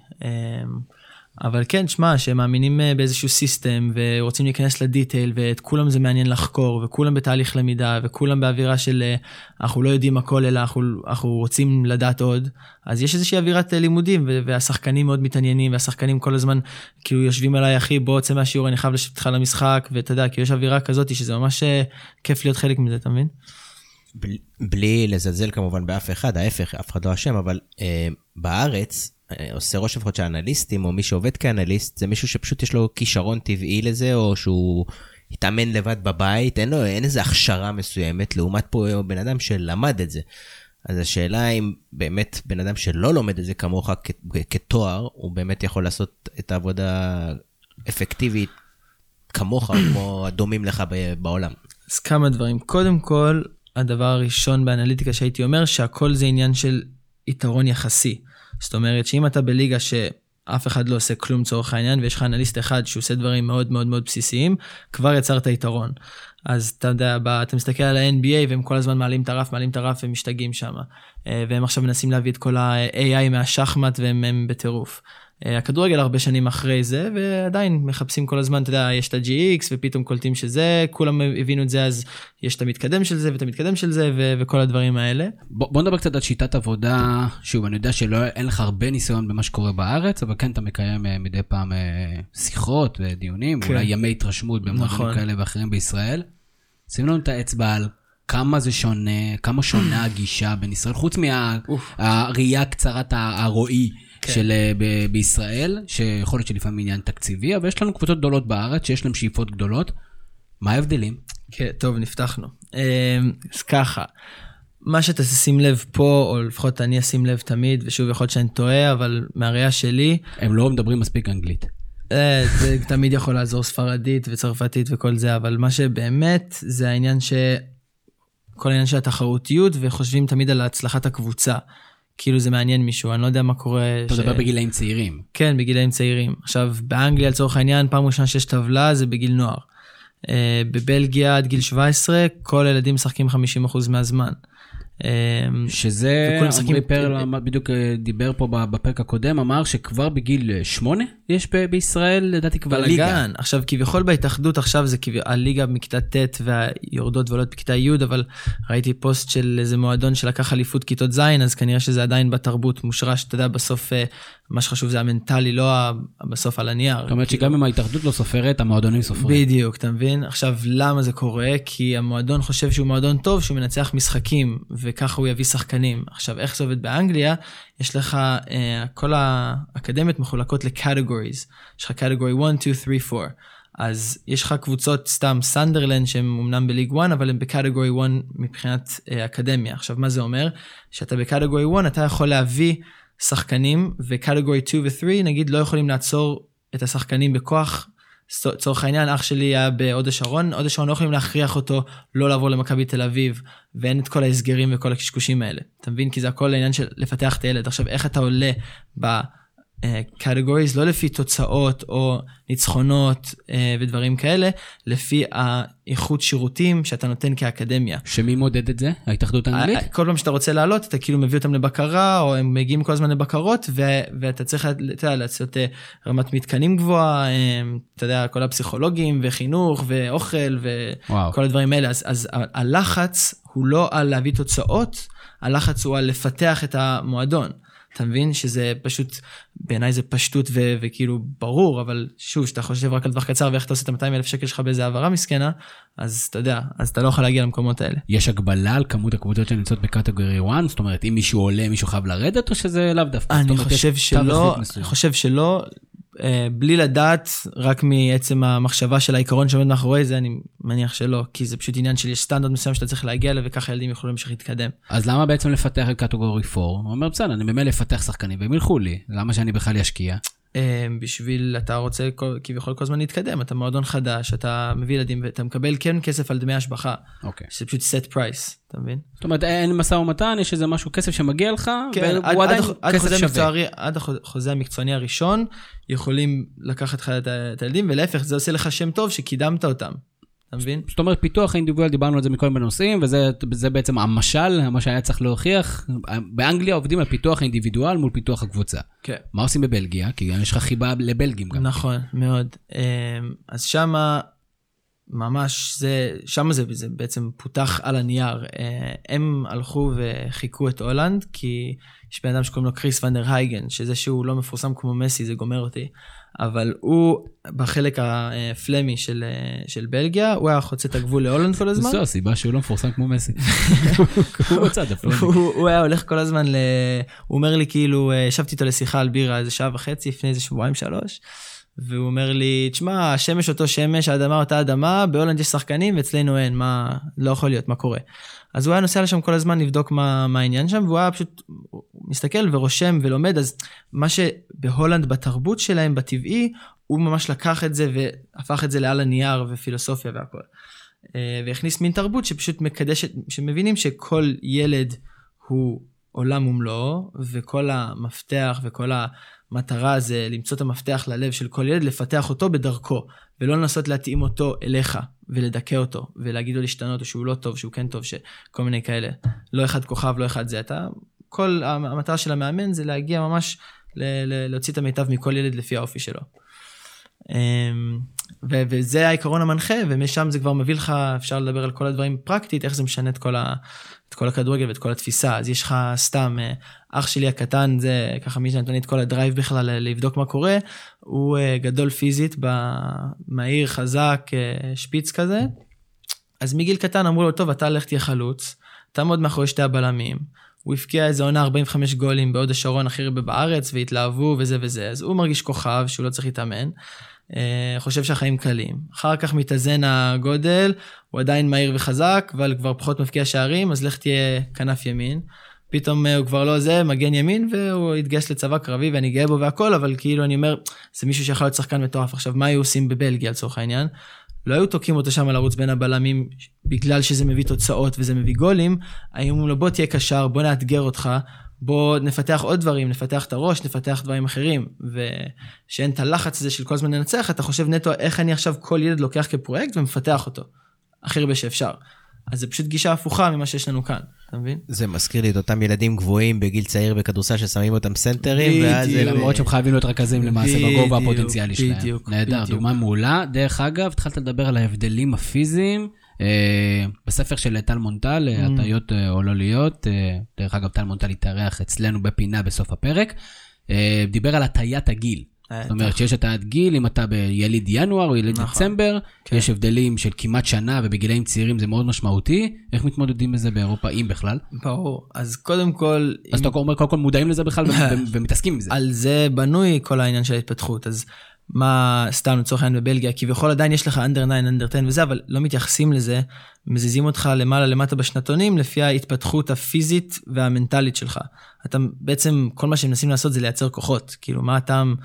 אבל כן, שמה, שהם מאמינים באיזשהו סיסטם ורוצים להיכנס לדיטייל, ואת כולם זה מעניין לחקור, וכולם בתהליך למידה, וכולם באווירה של אנחנו לא יודעים הכל, אלא אנחנו רוצים לדעת עוד. אז יש איזושהי אווירת לימודים, והשחקנים מאוד מתעניינים, והשחקנים כל הזמן כאילו יושבים עליי, אחי, בוא צא מהשיעור, אני חייב לשבת לך למשחק, ואתה יודע, כי יש אווירה כזאת, שזה ממש כיף להיות חלק מזה, אתה מבין? בלי לזלזל כמובן באף אחד, ההפך, אף אחד לא אשם, אבל בארץ, עושה ראש לפחות שהאנליסטים, או מי שעובד כאנליסט, זה מישהו שפשוט יש לו כישרון טבעי לזה, או שהוא יתאמן לבד בבית, אין איזו הכשרה מסוימת, לעומת פה בן אדם שלמד את זה. אז השאלה אם באמת בן אדם שלא לומד את זה כמוך כתואר, הוא באמת יכול לעשות את העבודה אפקטיבית כמוך, או כמו הדומים לך בעולם. אז כמה דברים. קודם כל, הדבר הראשון באנליטיקה שהייתי אומר, שהכל זה עניין של יתרון יחסי. זאת אומרת שאם אתה בליגה שאף אחד לא עושה כלום צורך העניין, ויש לך אנליסט אחד שעושה דברים מאוד מאוד מאוד בסיסיים, כבר יצרת יתרון. אז אתה יודע, אתה מסתכל על ה-NBA, והם כל הזמן מעלים את הרף, והם משתגעים שם. והם עכשיו מנסים להביא את כל ה-AI מהשחמט, והם בטירוף. הכדורגל הרבה שנים אחרי זה, ועדיין מחפשים כל הזמן, אתה יודע, יש את ה-GX, ופתאום קולטים שזה, כולם הבינו את זה, אז יש את המתקדם של זה, ואת המתקדם של זה, וכל הדברים האלה. בוא נדבר קצת על שיטת עבודה, שוב, אני יודע שאין לך הרבה ניסיון במה שקורה בארץ, אבל כן אתה מקיים מדי פעם שיחות ודיונים, ואולי ימי התרשמות במועדונים כאלה ואחרים בישראל. שים לנו את האצבע על כמה זה שונה, כמה שונה הגישה בין ישראל, חוץ מהראייה קצרת הרועי, של בישראל, שיכול להיות שלפעמים עניין תקציבי, אבל יש לנו קבוצות גדולות בארץ, שיש להם שאיפות גדולות. מה ההבדלים? כן, טוב, נפתחנו. אז ככה, מה שאתה שים לב פה, או לפחות אני אשים לב תמיד, ושוב יכול להיות שאני טועה, אבל מהראייה שלי... הם לא מדברים מספיק אנגלית. זה תמיד יכול לעזור ספרדית וצרפתית וכל זה, אבל מה שבאמת זה העניין כל העניין של התחרותיות, וחושבים תמיד על הצלחת הקבוצה. כאילו זה מעניין מישהו, אני לא יודע מה קורה. אתה מדבר בגילאים צעירים. כן, בגילאים צעירים. עכשיו, באנגליה לצורך העניין, פעם ראשונה שיש טבלה, זה בגיל נוער. בבלגיה עד גיל 17, כל הילדים משחקים 50% מהזמן. שזה, עמרי פרל בדיוק דיבר פה בפרק הקודם, אמר שכבר בגיל 8 יש בישראל, לדעתי כבר ליגה. עכשיו כביכול בהתאחדות, עכשיו זה הליגה מכיתה ט' והיורדות ועולות בכיתה י', אבל ראיתי פוסט של איזה מועדון שלקח אליפות כיתות זין, אז כנראה שזה עדיין בתרבות מושרש, אתה יודע, בסוף מה שחשוב זה המנטלי, לא בסוף על הנייר. זאת אומרת שגם אם ההתאחדות לא סופרת, המועדונים סופרים. בדיוק, אתה מבין? עכשיו, למה זה קורה? כי המועדון חושב שהוא מועדון טוב, שהוא מנצח משחקים, וככה הוא יביא שחקנים. עכשיו, איך זה עובד באנגליה? יש לך, כל האקדמיות מחולקות לקטגוריז. יש לך קטגורי 1, 2, 3, 4. אז יש לך קבוצות סתם סנדרלנד, שהם אמנם בליג 1, אבל הם בקטגורי 1 מבחינת אקדמיה. עכשיו, מה זה אומר? שאתה בקטגורי 1, אתה יכול להביא שחקנים, וקטגורי 2 ו-3, נגיד, לא יכולים לעצור את השחקנים בכוח, צורך העניין, אח שלי היה בהוד השרון, הוד השרון לא יכולים להכריח אותו לא לעבור למכבי תל אביב, ואין את כל ההסגרים וכל הקשקושים האלה. אתה מבין? כי זה הכל העניין של לפתח את הילד. עכשיו, איך אתה עולה בקטגוריז, לא לפי תוצאות או ניצחונות ודברים כאלה, לפי האיכות שירותים שאתה נותן כאקדמיה. שמי מודד את זה? ההתאחדות האנגלית? כל פעם שאתה רוצה לעלות, אתה כאילו מביא אותם לבקרה, או הם מגיעים כל הזמן לבקרות, ואתה צריך לעשות רמת מתקנים גבוהה, אתה יודע, כל הפסיכולוגים וחינוך ואוכל וכל הדברים האלה. אז הלחץ הוא לא על להביא תוצאות, הלחץ הוא על לפתח את המועדון. אתה מבין שזה פשוט, בעיניי זה פשטות וכאילו ברור, אבל שוב, שאתה חושב רק על דבר קצר, ואיך אתה עושה את 200,000 שקל שלך באיזה העברה מסכנה, אז אתה יודע, אז אתה לא יכול להגיע למקומות האלה. יש הגבלה על כמות הקבוצות שנמצאות בקטגורי 1? זאת אומרת, אם מישהו עולה, מישהו חייב לרדת, או שזה לאו דווקא? אני חושב שלא, בלי לדעת, רק מעצם המחשבה של העיקרון שעומד מאחורי זה, אני מניח שלא, כי זה פשוט עניין של יש סטנדרט מסוים שאתה צריך להגיע אליו, וככה ילדים יכולים להמשיך להתקדם. אז למה בעצם לפתח את קטגורי 4? הוא אומר, בסדר, אני ממילא לפתח שחקנים, והם ילכו לי, למה שאני בכלל אשקיע? בשביל, אתה רוצה כביכול כל הזמן להתקדם, אתה מועדון חדש, אתה מביא ילדים, ואתה מקבל כן כסף על דמי השבחה, שזה פשוט set price, אתה מבין? זאת אומרת, אין משא ומתן, יש איזה משהו, כסף שמגיע לך, והוא עדיין כסף שווה. עד החוזה המקצועני הראשון, יכולים לקחת לך את הילדים, ולהפך, זה עושה לך שם טוב שקידמת אותם. אתה מבין? זאת אומרת, פיתוח האינדיבידואל, דיברנו על זה מכל מיני נושאים, וזה בעצם המשל, מה שהיה צריך להוכיח. באנגליה עובדים על פיתוח האינדיבידואל מול פיתוח הקבוצה. כן. מה עושים בבלגיה? כי יש לך חיבה לבלגים גם. נכון, מאוד. אז שמה, ממש, שמה זה בעצם פותח על הנייר. הם הלכו וחיכו את הולנד, כי יש בן אדם שקוראים לו קריס ונדר הייגן, שזה שהוא לא מפורסם כמו מסי, זה גומר אותי. אבל הוא, בחלק הפלמי של בלגיה, הוא היה חוצה את הגבול להולנד כל הזמן. זו הסיבה שהוא לא מפורסם כמו מסי. הוא בצד הפלמי. הוא היה הולך כל הזמן, הוא אומר לי כאילו, ישבתי איתו לשיחה על בירה איזה שעה וחצי, לפני איזה שבועיים 3, והוא אומר לי, תשמע, השמש אותו שמש, האדמה אותה אדמה, בהולנד יש שחקנים, ואצלנו אין, מה, לא יכול להיות, מה קורה. אז הוא היה נוסע לשם כל הזמן לבדוק מה העניין שם, והוא היה פשוט מסתכל ורושם ולומד, אז מה שבהולנד בתרבות שלהם, בטבעי, הוא ממש לקח את זה והפך את זה לעל הנייר ופילוסופיה והכל. והכניס מין תרבות שפשוט מקדשת, שמבינים שכל ילד הוא עולם ומלואו, וכל המפתח וכל המטרה זה למצוא את המפתח ללב של כל ילד, לפתח אותו בדרכו, ולא לנסות להתאים אותו אליך, ולדכא אותו, ולהגיד לו להשתנות, או שהוא לא טוב, שהוא כן טוב, שכל מיני כאלה. לא אחד כוכב, לא אחד זה. כל המטרה של המאמן זה להגיע ממש, להוציא את המיטב מכל ילד לפי האופי שלו. וזה העיקרון המנחה, ומשם זה כבר מביא לך, אפשר לדבר על כל הדברים פרקטית, איך זה משנה את כל הכדורגל ואת כל התפיסה. אז יש לך סתם, אח שלי הקטן, זה ככה מי שנתן את כל הדרייב בכלל לבדוק מה קורה, הוא גדול פיזית, מהיר, חזק, שפיץ כזה. אז מגיל קטן אמרו לו, טוב, אתה הלך תהיה חלוץ, תעמוד מאחורי שתי הבלמים, הוא הפקיע איזה עונה 45 גולים בהוד השרון הכי הרבה בארץ, והתלהבו וזה וזה. אז הוא מרגיש כוכב שהוא לא צריך להתאמן, חושב שהחיים קלים. אחר כך מתאזן הגודל, הוא עדיין מהיר וחזק, אבל כבר פחות מפקיע שערים, אז לך תהיה כנף ימין. פתאום הוא כבר לא זה, מגן ימין, והוא התגייס לצבא קרבי, ואני גאה בו והכל, אבל כאילו אני אומר, זה מישהו שיכול להיות שחקן מטורף. עכשיו, מה היו עושים בבלגיה לצורך העניין? לא היו תוקים אותו שם על ערוץ בין הבלמים, בגלל שזה מביא תוצאות וזה מביא גולים, היו אומרים לו, בוא תהיה קשר, בוא נאתגר אותך, בוא נפתח עוד דברים, נפתח את הראש, נפתח דברים אחרים, ושאין את הלחץ הזה של כל הזמן לנצח, אתה חושב נטו, איך אני עכשיו כל ילד לוקח כפרויקט ומפתח אותו, הכי הרבה שאפשר. אז זה פשוט גישה הפוכה ממה שיש לנו כאן, אתה מבין? זה מזכיר לי את אותם ילדים גבוהים בגיל צעיר בכדורסל ששמים אותם סנטרים, ואז למרות שהם חייבים להיות רכזים למעשה בגובה הפוטנציאלי שלהם. נהדר, דוגמה מעולה. דרך אגב, התחלת לדבר על ההבדלים הפיזיים, בספר של טל מונטל, הטעיות או לא להיות, דרך אגב טל מונטל התארח אצלנו בפינה בסוף הפרק, דיבר על הטעיית הגיל. זאת אומרת שיש את הגיל, אם אתה ביליד ינואר או יליד דצמבר, יש הבדלים של כמעט שנה, ובגילאים צעירים זה מאוד משמעותי. איך מתמודדים בזה באירופה, אם בכלל? ברור. אז קודם כל... אז אתה אומר, קודם כל מודעים לזה בכלל ומתעסקים עם זה. על זה בנוי כל העניין של ההתפתחות. אז מה סתם לצורך העניין בבלגיה, כביכול עדיין יש לך under 9, under 10 וזה, אבל לא מתייחסים לזה, מזיזים אותך למעלה למטה בשנתונים, לפי ההתפתחות הפיזית והמנטלית שלך. אתה בעצם, כל מה שהם מנסים לעשות זה לייצר כוחות. כאילו, מה הטעם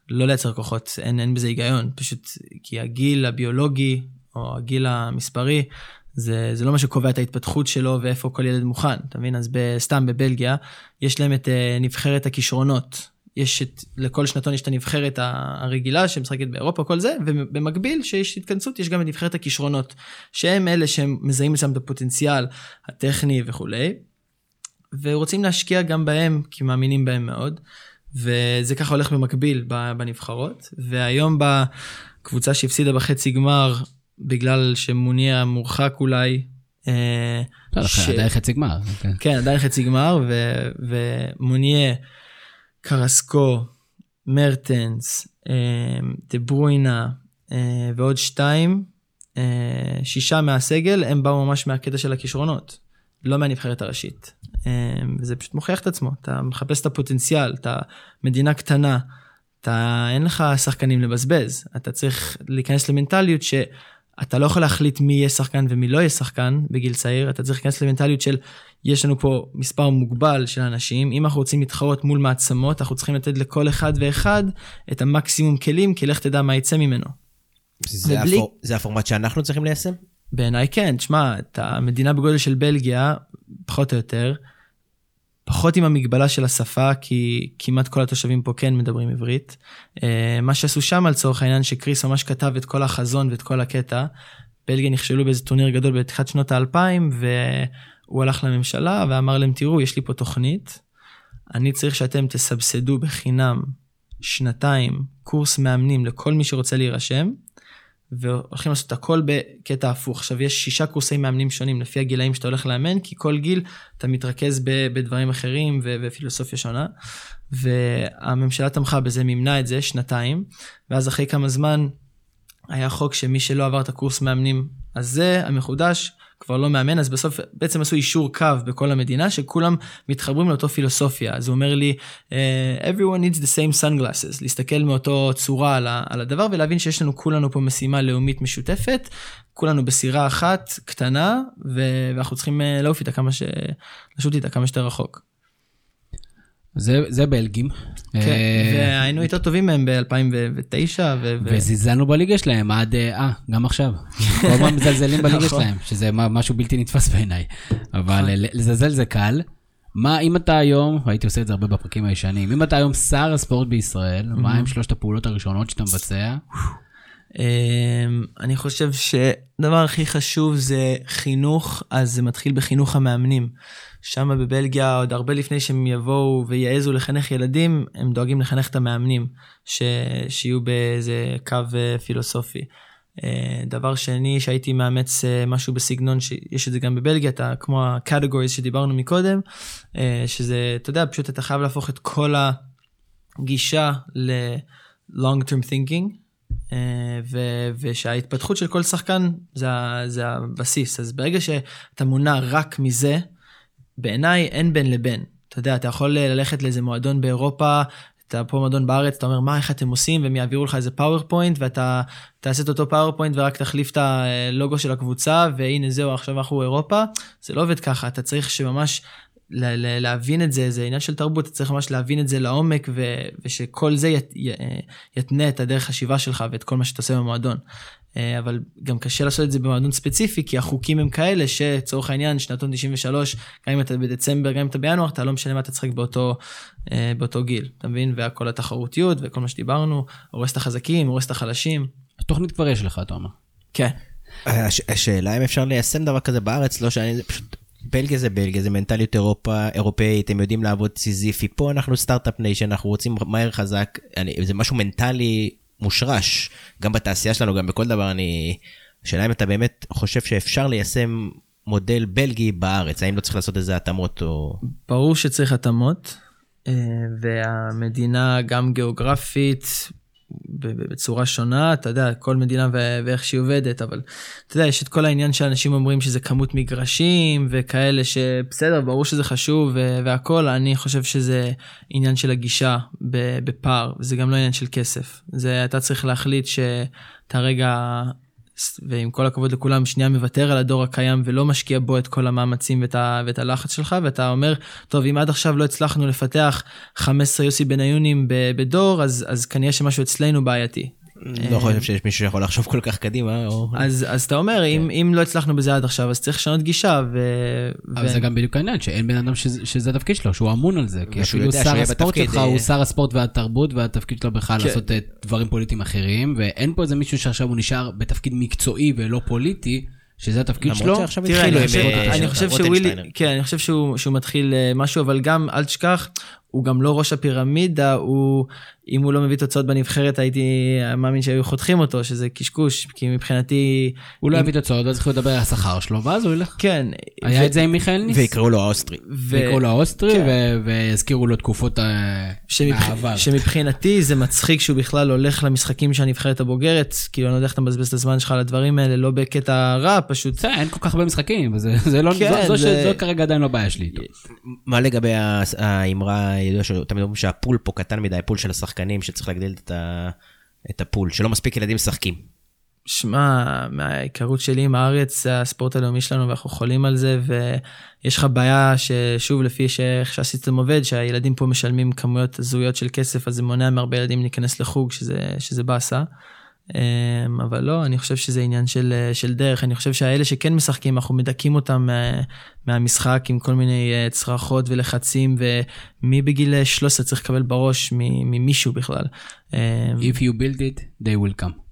לא לייצר כוחות, אין בזה היגיון, פשוט כי הגיל הביולוגי, או הגיל המספרי, זה לא מה שקובע את ההתפתחות שלו, ואיפה כל ילד מוכן, אתה מבין? אז סתם בבלגיה, יש להם את נבחרת הכישרונות, לכל שנתון יש את הנבחרת הרגילה, שמשחקת באירופה, כל זה, ובמקביל שיש התכנסות, יש גם את נבחרת הכישרונות, שהם אלה שהם מזהים לצם את הפוטנציאל הטכני וכו', ורוצים להשקיע גם בהם, כי מאמינים בהם מאוד, וזה ככה הולך במקביל בנבחרות, והיום בקבוצה שהפסידה בחצי גמר, בגלל שמוניה מורחק אולי, עדיין חצי גמר. כן, עדיין חצי גמר, ומוניה, קרסקו, מרטנס, דה ברuyne, ועוד 6 מהסגל, הם באו ממש מהקטע של הכישרונות, לא מהנבחרת הראשית. וזה פשוט מוכיח את עצמו, אתה מחפש את הפוטנציאל, אתה מדינה קטנה, אין לך שחקנים לבזבז, אתה צריך להיכנס למנטליות שאתה לא יכול להחליט מי יהיה שחקן ומי לא יהיה שחקן בגיל צעיר, אתה צריך להיכנס למנטליות של יש לנו פה מספר מוגבל של אנשים, אם אנחנו רוצים להתחרות מול מעצמות, אנחנו צריכים לתת לכל אחד ואחד את המקסימום כלים, כי לך תדע מה יצא ממנו. זה הפורמט שאנחנו צריכים ליישם? בעיניי כן, תשמע, את המדינה בגודל של בלגיה, פחות או יותר, פחות עם המגבלה של השפה, כי כמעט כל התושבים פה כן מדברים עברית. מה שעשו שם על צורך העניין, שקריס ממש כתב את כל החזון ואת כל הקטע, בלגיה נכשלו באיזה טורניר גדול בתחילת שנות ה-2000, והוא הלך לממשלה ואמר להם, תראו, יש לי פה תוכנית, אני צריך שאתם תסבסדו בחינם 2 קורס מאמנים לכל מי שרוצה להירשם, והולכים לעשות הכל בקטע הפוך. עכשיו יש 6 קורסי מאמנים שונים לפי הגילאים שאתה הולך לאמן, כי כל גיל אתה מתרכז בדברים אחרים ופילוסופיה שונה, והממשלה תמכה בזה, מימנה את זה 2, ואז אחרי כמה זמן היה חוק שמי שלא עבר את הקורס מאמנים הזה, המחודש, כבר לא מאמן, אז בסוף בעצם עשו אישור קו בכל המדינה, שכולם מתחברים לאותו פילוסופיה. אז הוא אומר לי, everyone needs the same sunglasses, להסתכל מאותו צורה על הדבר, ולהבין שיש לנו כולנו פה משימה לאומית משותפת, כולנו בסירה אחת קטנה, ואנחנו צריכים לעוף איתה לשוט איתה כמה שיותר רחוק. זה בלגים. כן, והיינו יותר טובים מהם ב-2009. וזלזלנו בליגה שלהם עד, גם עכשיו. כל הזמן מזלזלים בליגה שלהם, שזה משהו בלתי נתפס בעיניי. אבל לזלזל זה קל. מה, אם אתה היום, והייתי עושה את זה הרבה בפרקים הישנים, אם אתה היום שר הספורט בישראל, מה הם 3 הפעולות הראשונות שאתה מבצע? אני חושב שדבר הכי חשוב זה חינוך, אז זה מתחיל בחינוך המאמנים. שם בבלגיה, עוד הרבה לפני שהם יבואו ויעזו לחנך ילדים, הם דואגים לחנך את המאמנים, שיהיו באיזה קו פילוסופי. דבר שני, שהייתי מאמץ משהו בסגנון, שיש את זה גם בבלגיה, כמו ה-categories שדיברנו מקודם, שזה, אתה יודע, פשוט אתה חייב להפוך את כל הגישה ל-long-term thinking, ושההתפתחות של כל שחקן זה הבסיס. אז ברגע שאתה מונע רק מזה, בעיניי אין בין לבין. אתה יודע, אתה יכול ללכת לאיזה מועדון באירופה, אתה פה מועדון בארץ, אתה אומר, מה, איך אתם עושים? והם יעבירו לך איזה פאורפוינט, ואתה תעשה את אותו פאורפוינט, ורק תחליף את הלוגו של הקבוצה, והנה זהו, עכשיו אנחנו אירופה. זה לא עובד ככה, אתה צריך שממש להבין את זה, זה עניין של תרבות, אתה צריך ממש להבין את זה לעומק, ושכל זה יתנה את הדרך חשיבה שלך, ואת כל מה שאתה עושה במועדון. אבל גם קשה לעשות את זה במועדון ספציפי, כי החוקים הם כאלה, שצורך העניין, שנתון 93, גם אם אתה בדצמבר, גם אם אתה בינואר, אתה לא משנה מה אתה צחק באותו גיל, אתה מבין? וכל התחרותיות, וכל מה שדיברנו, הורס את החזקים, הורס את החלשים. התוכנית כבר יש לך, אתה אומר. כן. השאלה אם אפשר ליישם דבר כזה בארץ, לא שאני, זה פשוט, בלגיה זה מנטליות אירופאית, הם יודעים לעבוד סיזיפי, פה אנחנו סטארט-אפ ניישן, אנחנו רוצים מהר חזק, זה משהו מנטלי מושרש, גם בתעשייה שלנו, גם בכל דבר, השאלה אם אתה באמת חושב שאפשר ליישם מודל בלגי בארץ, האם לא צריך לעשות איזה התאמות או... ברור שצריך התאמות, והמדינה גם גיאוגרפית, בצורה שונה, אתה יודע, כל מדינה ואיך שהיא עובדת, אבל אתה יודע, יש את כל העניין שאנשים אומרים שזה כמות מגרשים, וכאלה שבסדר, ברור שזה חשוב והכל, אני חושב שזה עניין של הגישה בפער, וזה גם לא עניין של כסף. אתה צריך להחליט שאתה רגע ועם כל הכבוד לכולם, שנייה מוותר על הדור הקיים, ולא משקיע בו את כל המאמצים ואת הלחץ שלך, ואתה אומר, טוב, אם עד עכשיו לא הצלחנו לפתח 15 יוסי בניונים בדור, אז כנראה שמשהו אצלנו בעייתי. לא חושב שיש מישהו שיכול לחשוב כל כך קדימה. אז אתה אומר, אם לא הצלחנו בזה עד עכשיו, אז צריך לשנות גישה. אבל זה גם בדיוק העניין, שאין בן אדם שזה התפקיד שלו, שהוא אמון על זה, כי אפילו שר הספורט שלך הוא שר הספורט והתרבות, והתפקיד שלו בכלל לעשות דברים פוליטיים אחרים, ואין פה איזה מישהו שעכשיו הוא נשאר בתפקיד מקצועי ולא פוליטי, שזה התפקיד שלו. תראה, אני חושב שהוא מתחיל משהו, אבל גם אל תשכח, הוא גם לא ראש הפירמידה, אם הוא לא מביא תוצאות בנבחרת, הייתי מאמין שהיו חותכים אותו, שזה קשקוש, כי מבחינתי... הוא לא הביא תוצאות, אז יכול לדבר על השכר שלו, ואז הוא ילך. כן. היה את זה עם מיכאל ניס. ויקראו לו האוסטרי. ויקראו לו האוסטרי, והזכירו לו תקופות מהעבר. שמבחינתי זה מצחיק שהוא בכלל הולך למשחקים שהנבחרת הבוגרת, כאילו אני לא יודע איך אתה מבזבז את הזמן שלך על הדברים האלה, לא בקטע רע, פשוט... אין כל כך הרבה משחקים, זו כרגע עדיין לא בעיה שלי איתו. מה לגבי האמרה, תמיד אומרים שהפול פה קטן מדי, הפול של השחקנים שצריך להגדיל את הפול, שלא מספיק ילדים משחקים. שמע, מההיכרות שלי עם הארץ, זה הספורט הלאומי שלנו, ואנחנו חולים על זה, ויש לך בעיה ששוב, לפי שאיך שהסיסטם עובד, שהילדים פה משלמים כמויות הזויות של כסף, אז זה מונע מהרבה ילדים להיכנס לחוג, שזה בעשה. אבל לא, אני חושב שזה עניין של דרך, אני חושב שהאלה שכן משחקים, אנחנו מדקים אותם מהמשחק עם כל מיני צרחות ולחצים, ומי בגיל 13 צריך לקבל בראש ממישהו בכלל. If you build it, they will come.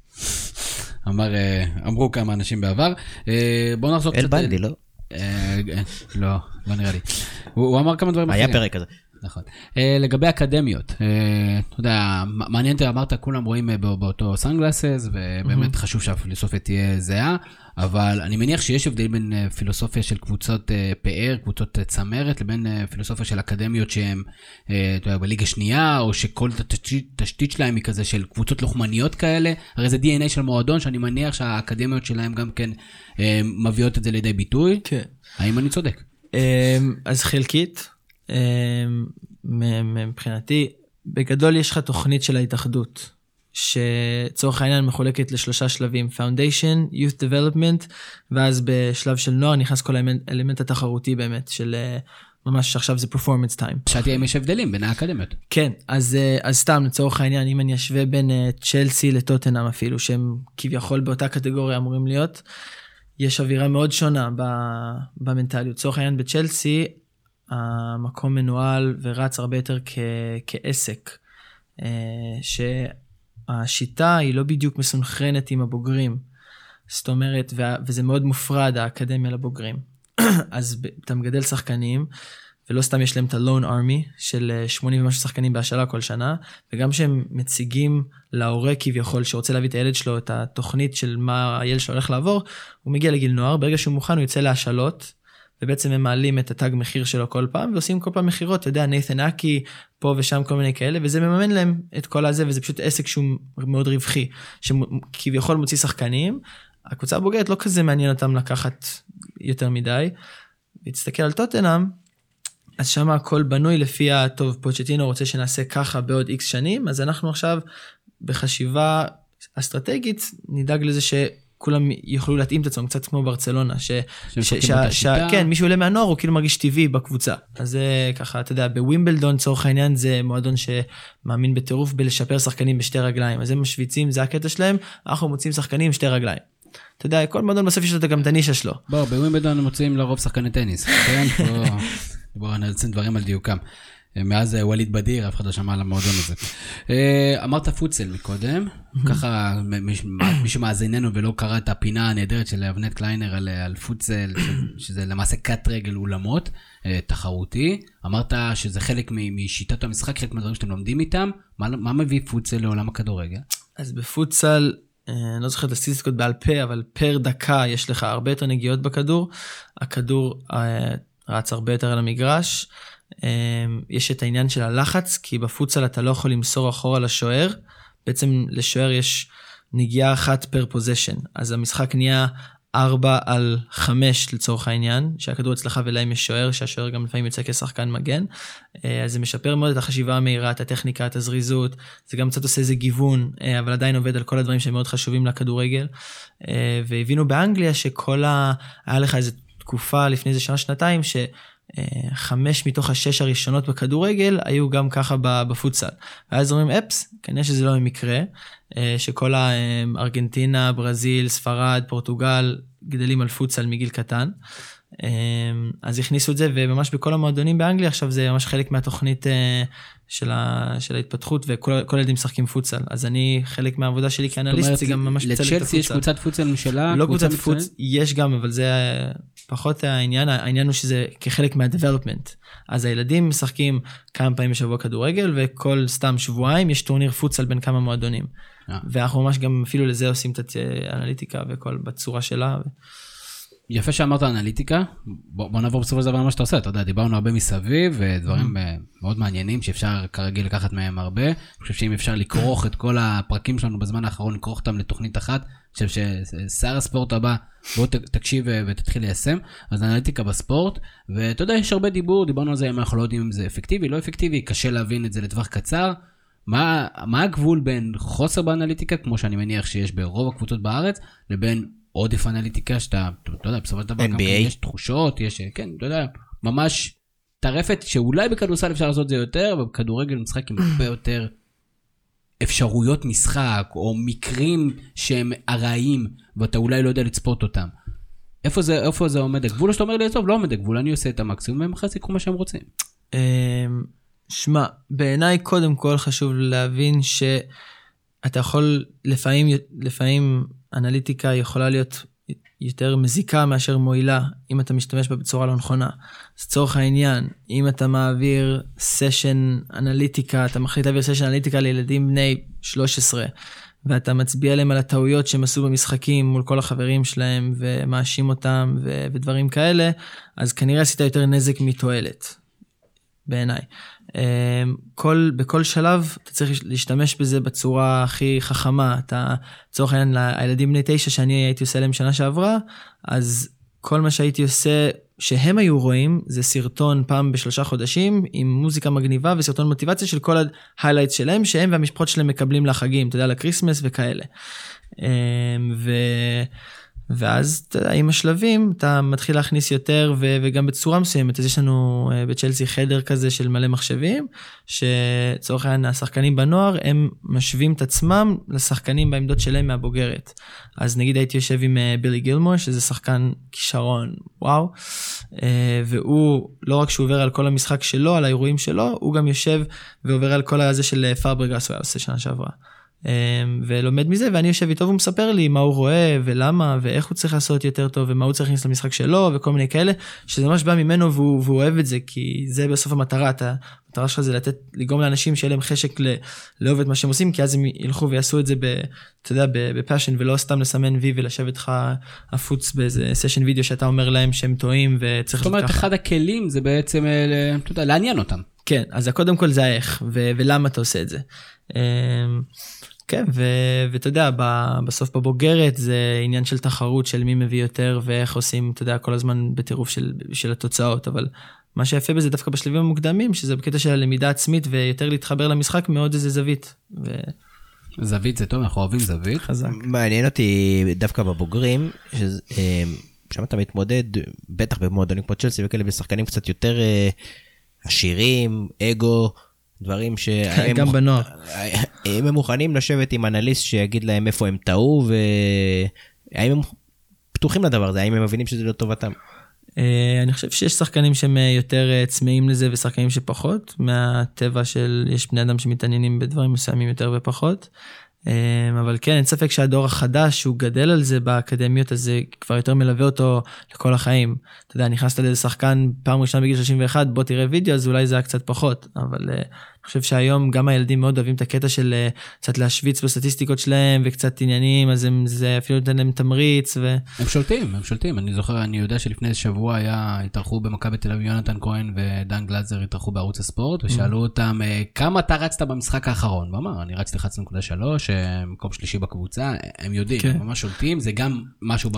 אמרו כמה אנשים בעבר. בואו נחזור קצת... אלבנדי, לא? לא נראה לי. הוא אמר כמה דברים אחרים. היה פרק כזה. נכון. לגבי אקדמיות, אתה יודע, מעניין, אמרת, כולם רואים באותו סנגלסס, ובאמת חשוב שהפילוסופיה תהיה זהה, אבל אני מניח שיש הבדל בין פילוסופיה של קבוצות פאר, קבוצות צמרת, לבין פילוסופיה של אקדמיות שהן בליגה שנייה, או שכל תשתית שלהם היא כזה של קבוצות לוחמניות כאלה, הרי זה DNA של מועדון, שאני מניח שהאקדמיות שלהם גם כן מביאות את זה לידי ביטוי. כן. האם אני צודק? אז חלקית, מבחינתי, בגדול יש לך תוכנית של ההתאחדות, שצורך העניין מחולקת לשלושה שלבים, Foundation, Youth Development, ואז בשלב של נוער נכנס כל האלמנט התחרותי באמת, של ממש עכשיו זה Performance Time. שאלתי אם יש הבדלים בין האקדמיות. כן, אז סתם לצורך העניין, אם אני אשווה בין צ'לסי לטוטנהאם אפילו, שהם כביכול באותה קטגוריה אמורים להיות, יש אווירה מאוד שונה במנטליות. צורך העניין בצ'לסי, המקום מנוהל ורץ הרבה יותר כעסק, שהשיטה היא לא בדיוק מסונכרנת עם הבוגרים, זאת אומרת, וזה מאוד מופרד, האקדמיה לבוגרים. אז אתה מגדל שחקנים, ולא סתם יש להם את ה-Lone Army, של 80 ומשהו שחקנים בהשאלה כל שנה, וגם שהם מציגים להורה כביכול, שרוצה להביא את הילד שלו, את התוכנית של מה הילד שלו הולך לעבור, הוא מגיע לגיל נוער, ברגע שהוא מוכן הוא יוצא להשאלות, ובעצם הם מעלים את התג מחיר שלו כל פעם, ועושים כל פעם מחירות, אתה יודע, ניית'ן אקי, פה ושם כל מיני כאלה, וזה מממן להם את כל הזה, וזה פשוט עסק שהוא מאוד רווחי, שכביכול מוציא שחקנים, הקבוצה הבוגרת לא כזה מעניין אותם לקחת יותר מדי, והתסתכל על טוטנהאם, אז שם הכל בנוי לפי הטוב, פוצ'טינו רוצה שנעשה ככה בעוד איקס שנים, אז אנחנו עכשיו בחשיבה אסטרטגית, נדאג לזה כולם יוכלו להתאים את עצמם, קצת כמו ברצלונה, כן, מישהו עולה מהנוער, הוא כאילו מרגיש טבעי בקבוצה. אז זה ככה, אתה יודע, בווימבלדון, צורך העניין, זה מועדון שמאמין בטירוף בלשפר שחקנים בשתי רגליים. אז הם משוויצים, זה הקטע שלהם, אנחנו מוצאים שחקנים עם שתי רגליים. אתה יודע, כל מועדון בסוף יש לו גם את הנישה שלו. בווימבלדון מוצאים לרוב שחקני טניס, כן? בואו נרצים דברים על דיוקם. מאז ווליד בדיר, אף אחד לא שמע על המועדון הזה. אמרת פוצל מקודם, ככה מי שמאזיננו ולא קרא את הפינה הנהדרת של אבנט קליינר על פוצל, שזה למעשה קט רגל אולמות, תחרותי. אמרת שזה חלק משיטת המשחק, חלק מהדברים שאתם לומדים איתם. מה מביא פוצל לעולם הכדורגל? אז בפוצל, אני לא זוכר את הסטטיסטיקות בעל פה, אבל פר דקה יש לך הרבה יותר נגיעות בכדור. הכדור רץ הרבה יותר על המגרש. יש את העניין של הלחץ, כי בפוצל אתה לא יכול למסור אחורה לשוער, בעצם לשוער יש נגיעה אחת פר פוזיישן, אז המשחק נהיה 4-5 לצורך העניין, שהכדור אצלך ולהם יש שוער, שהשוער גם לפעמים יוצא כשחקן מגן, אז זה משפר מאוד את החשיבה המהירה, את הטכניקה, את הזריזות, זה גם קצת עושה איזה גיוון, אבל עדיין עובד על כל הדברים שהם מאוד חשובים לכדורגל, והבינו באנגליה היה לך איזו תקופה לפני איזה שנה-שנתיים, 5 מתוך 6 הראשונות בכדורגל היו גם ככה בפוטסל. ואז אומרים, כנראה שזה לא במקרה, שכל הארגנטינה, ברזיל, ספרד, פורטוגל, גדלים על פוטסל מגיל קטן. אז הכניסו את זה, וממש בכל המועדונים באנגליה, עכשיו זה ממש חלק מהתוכנית של ההתפתחות, וכל ילדים משחקים פוטסל. אז אני, חלק מהעבודה שלי כאנליסט, זה גם ממש צלת לצ'לסי יש קבוצת פוטסל משלה? לא קבוצת פוטסל, יש גם, אבל זה פחות העניין. העניין הוא שזה כחלק מהדבלופמנט. אז הילדים משחקים כמה פעמים בשבוע כדורגל, וכל סתם שבועיים יש טורניר פוטסל בין כמה מועדונים. ואנחנו ממש גם אפילו לזה עושים את האנליטיקה וכל בצורה שלה. יפה שאמרת אנליטיקה, בוא נעבור בסופו של דבר מה שאתה עושה, אתה יודע, דיברנו הרבה מסביב, ודברים מאוד מעניינים שאפשר כרגיל לקחת מהם הרבה, אני חושב שאם אפשר לקרוך את כל הפרקים שלנו בזמן האחרון, לקרוך אותם לתוכנית אחת, אני חושב ששר הספורט הבא, בוא תקשיב ותתחיל ליישם, אז אנליטיקה בספורט, ואתה יודע, יש הרבה דיברנו על זה, אם אנחנו לא יודעים אם זה אפקטיבי, לא אפקטיבי, קשה להבין את זה לטווח קצר, מה הגבול בין חוסר באנליטיקה, כמו שאני מניח שיש ברוב הקבוצות בארץ, לבין עודף אנליטיקה, שאתה, אתה יודע, בסופו של דבר גם יש תחושות, יש, כן, אתה יודע, ממש טרפת, שאולי בכדורסל אפשר לעשות זה יותר, ובכדורגל משחק עם הרבה יותר אפשרויות משחק, או מקרים שהם הרעים, ואתה אולי לא יודע לצפות אותם. איפה זה עומד הגבול? או שאתה אומר לי, טוב, לא עומד הגבול, אני עושה את המקסימום, והם אחרי סיכום מה שהם רוצים. שמע, בעיניי קודם כל חשוב להבין שאתה יכול, לפעמים אנליטיקה יכולה להיות יותר מזיקה מאשר מועילה, אם אתה משתמש בה בצורה לא נכונה. אז צורך העניין, אם אתה מעביר סשן אנליטיקה, אתה מחליט להעביר סשן אנליטיקה לילדים בני 13, ואתה מצביע להם על הטעויות שהם עשו במשחקים מול כל החברים שלהם, ומאשים אותם ודברים כאלה, אז כנראה עשית יותר נזק מתועלת, בעיניי. בכל שלב אתה צריך להשתמש בזה בצורה הכי חכמה. אתה צורך העניין לילדים בני 9 שאני הייתי עושה להם שנה שעברה, אז כל מה שהייתי עושה שהם היו רואים זה סרטון פעם ב3 חודשים עם מוזיקה מגניבה וסרטון מוטיבציה של כל ההיילייטס שלהם שהם והמשפחות שלהם מקבלים לחגים, אתה יודע, לקריסמס וכאלה. ואז עם השלבים אתה מתחיל להכניס יותר וגם בצורה מסוימת. אז יש לנו בצ'לסי חדר כזה של מלא מחשבים, שצורך העניין השחקנים בנוער הם משווים את עצמם לשחקנים בעמדות שלהם מהבוגרת. אז נגיד הייתי יושב עם בילי גילמור, שזה שחקן כישרון, וואו, והוא לא רק שהוא עובר על כל המשחק שלו, על האירועים שלו, הוא גם יושב ועובר על כל הזה של פאברגס, הוא היה עושה שנה שעברה. ולומד מזה, ואני יושב איתו והוא מספר לי מה הוא רואה ולמה ואיך הוא צריך לעשות יותר טוב ומה הוא צריך להכניס למשחק שלו וכל מיני כאלה, שזה ממש בא ממנו והוא אוהב את זה, כי זה בסוף המטרה. המטרה שלך זה לגרום לאנשים שיהיה להם חשק לאהוב את מה שהם עושים, כי אז הם ילכו ויעשו את זה אתה יודע, בפאשן, ולא סתם לסמן וי ולשבת לך הפוץ באיזה סשן וידאו שאתה אומר להם שהם טועים וצריך זאת אומרת, אחד הכלים זה בעצם אתה יודע, לעניין אותם. כן, אז קודם כל זה איך ולמה אתה עושה את זה. כן, ואתה יודע, בסוף בבוגרת זה עניין של תחרות של מי מביא יותר ואיך עושים, אתה יודע, כל הזמן בטירוף של התוצאות, אבל מה שיפה בזה דווקא בשלבים המוקדמים, שזה בקטע של הלמידה עצמית ויותר להתחבר למשחק מאוד איזה זווית. זווית זה טוב, אנחנו אוהבים זווית. חזק. מעניין אותי דווקא בבוגרים, שם אתה מתמודד, בטח במועדונים כמו צ'לסי וכאלה, בשחקנים קצת יותר עשירים, אגו, דברים שהם גם בנוער. הם מוכנים לשבת עם אנליסט שיגיד להם איפה הם טעו, והאם הם פתוחים לדבר הזה, האם הם מבינים שזה לא טובתם? אני חושב שיש שחקנים שהם יותר צמאים לזה, ושחקנים שפחות, מהטבע של יש בני אדם שמתעניינים בדברים מסוימים יותר ופחות. אבל כן, אין ספק שהדור החדש שהוא גדל על זה באקדמיות, אז זה כבר יותר מלווה אותו לכל החיים. אתה יודע, נכנסת לאיזה שחקן פעם ראשונה בגיל 31, בוא תראה וידאו, אז אולי זה היה קצת פחות, אבל אני חושב שהיום גם הילדים מאוד אוהבים את הקטע של קצת להשוויץ בסטטיסטיקות שלהם וקצת עניינים, אז זה אפילו נותן להם תמריץ. הם שולטים. אני זוכר, אני יודע שלפני שבוע התארחו במכבי תל אביב יונתן כהן ודן גלזר התארחו בערוץ הספורט, ושאלו אותם כמה אתה רצת במשחק האחרון, ואמר, אני רצתי 1.3, מקום שלישי בקבוצה, הם יודעים, הם ממש שולטים, זה גם משהו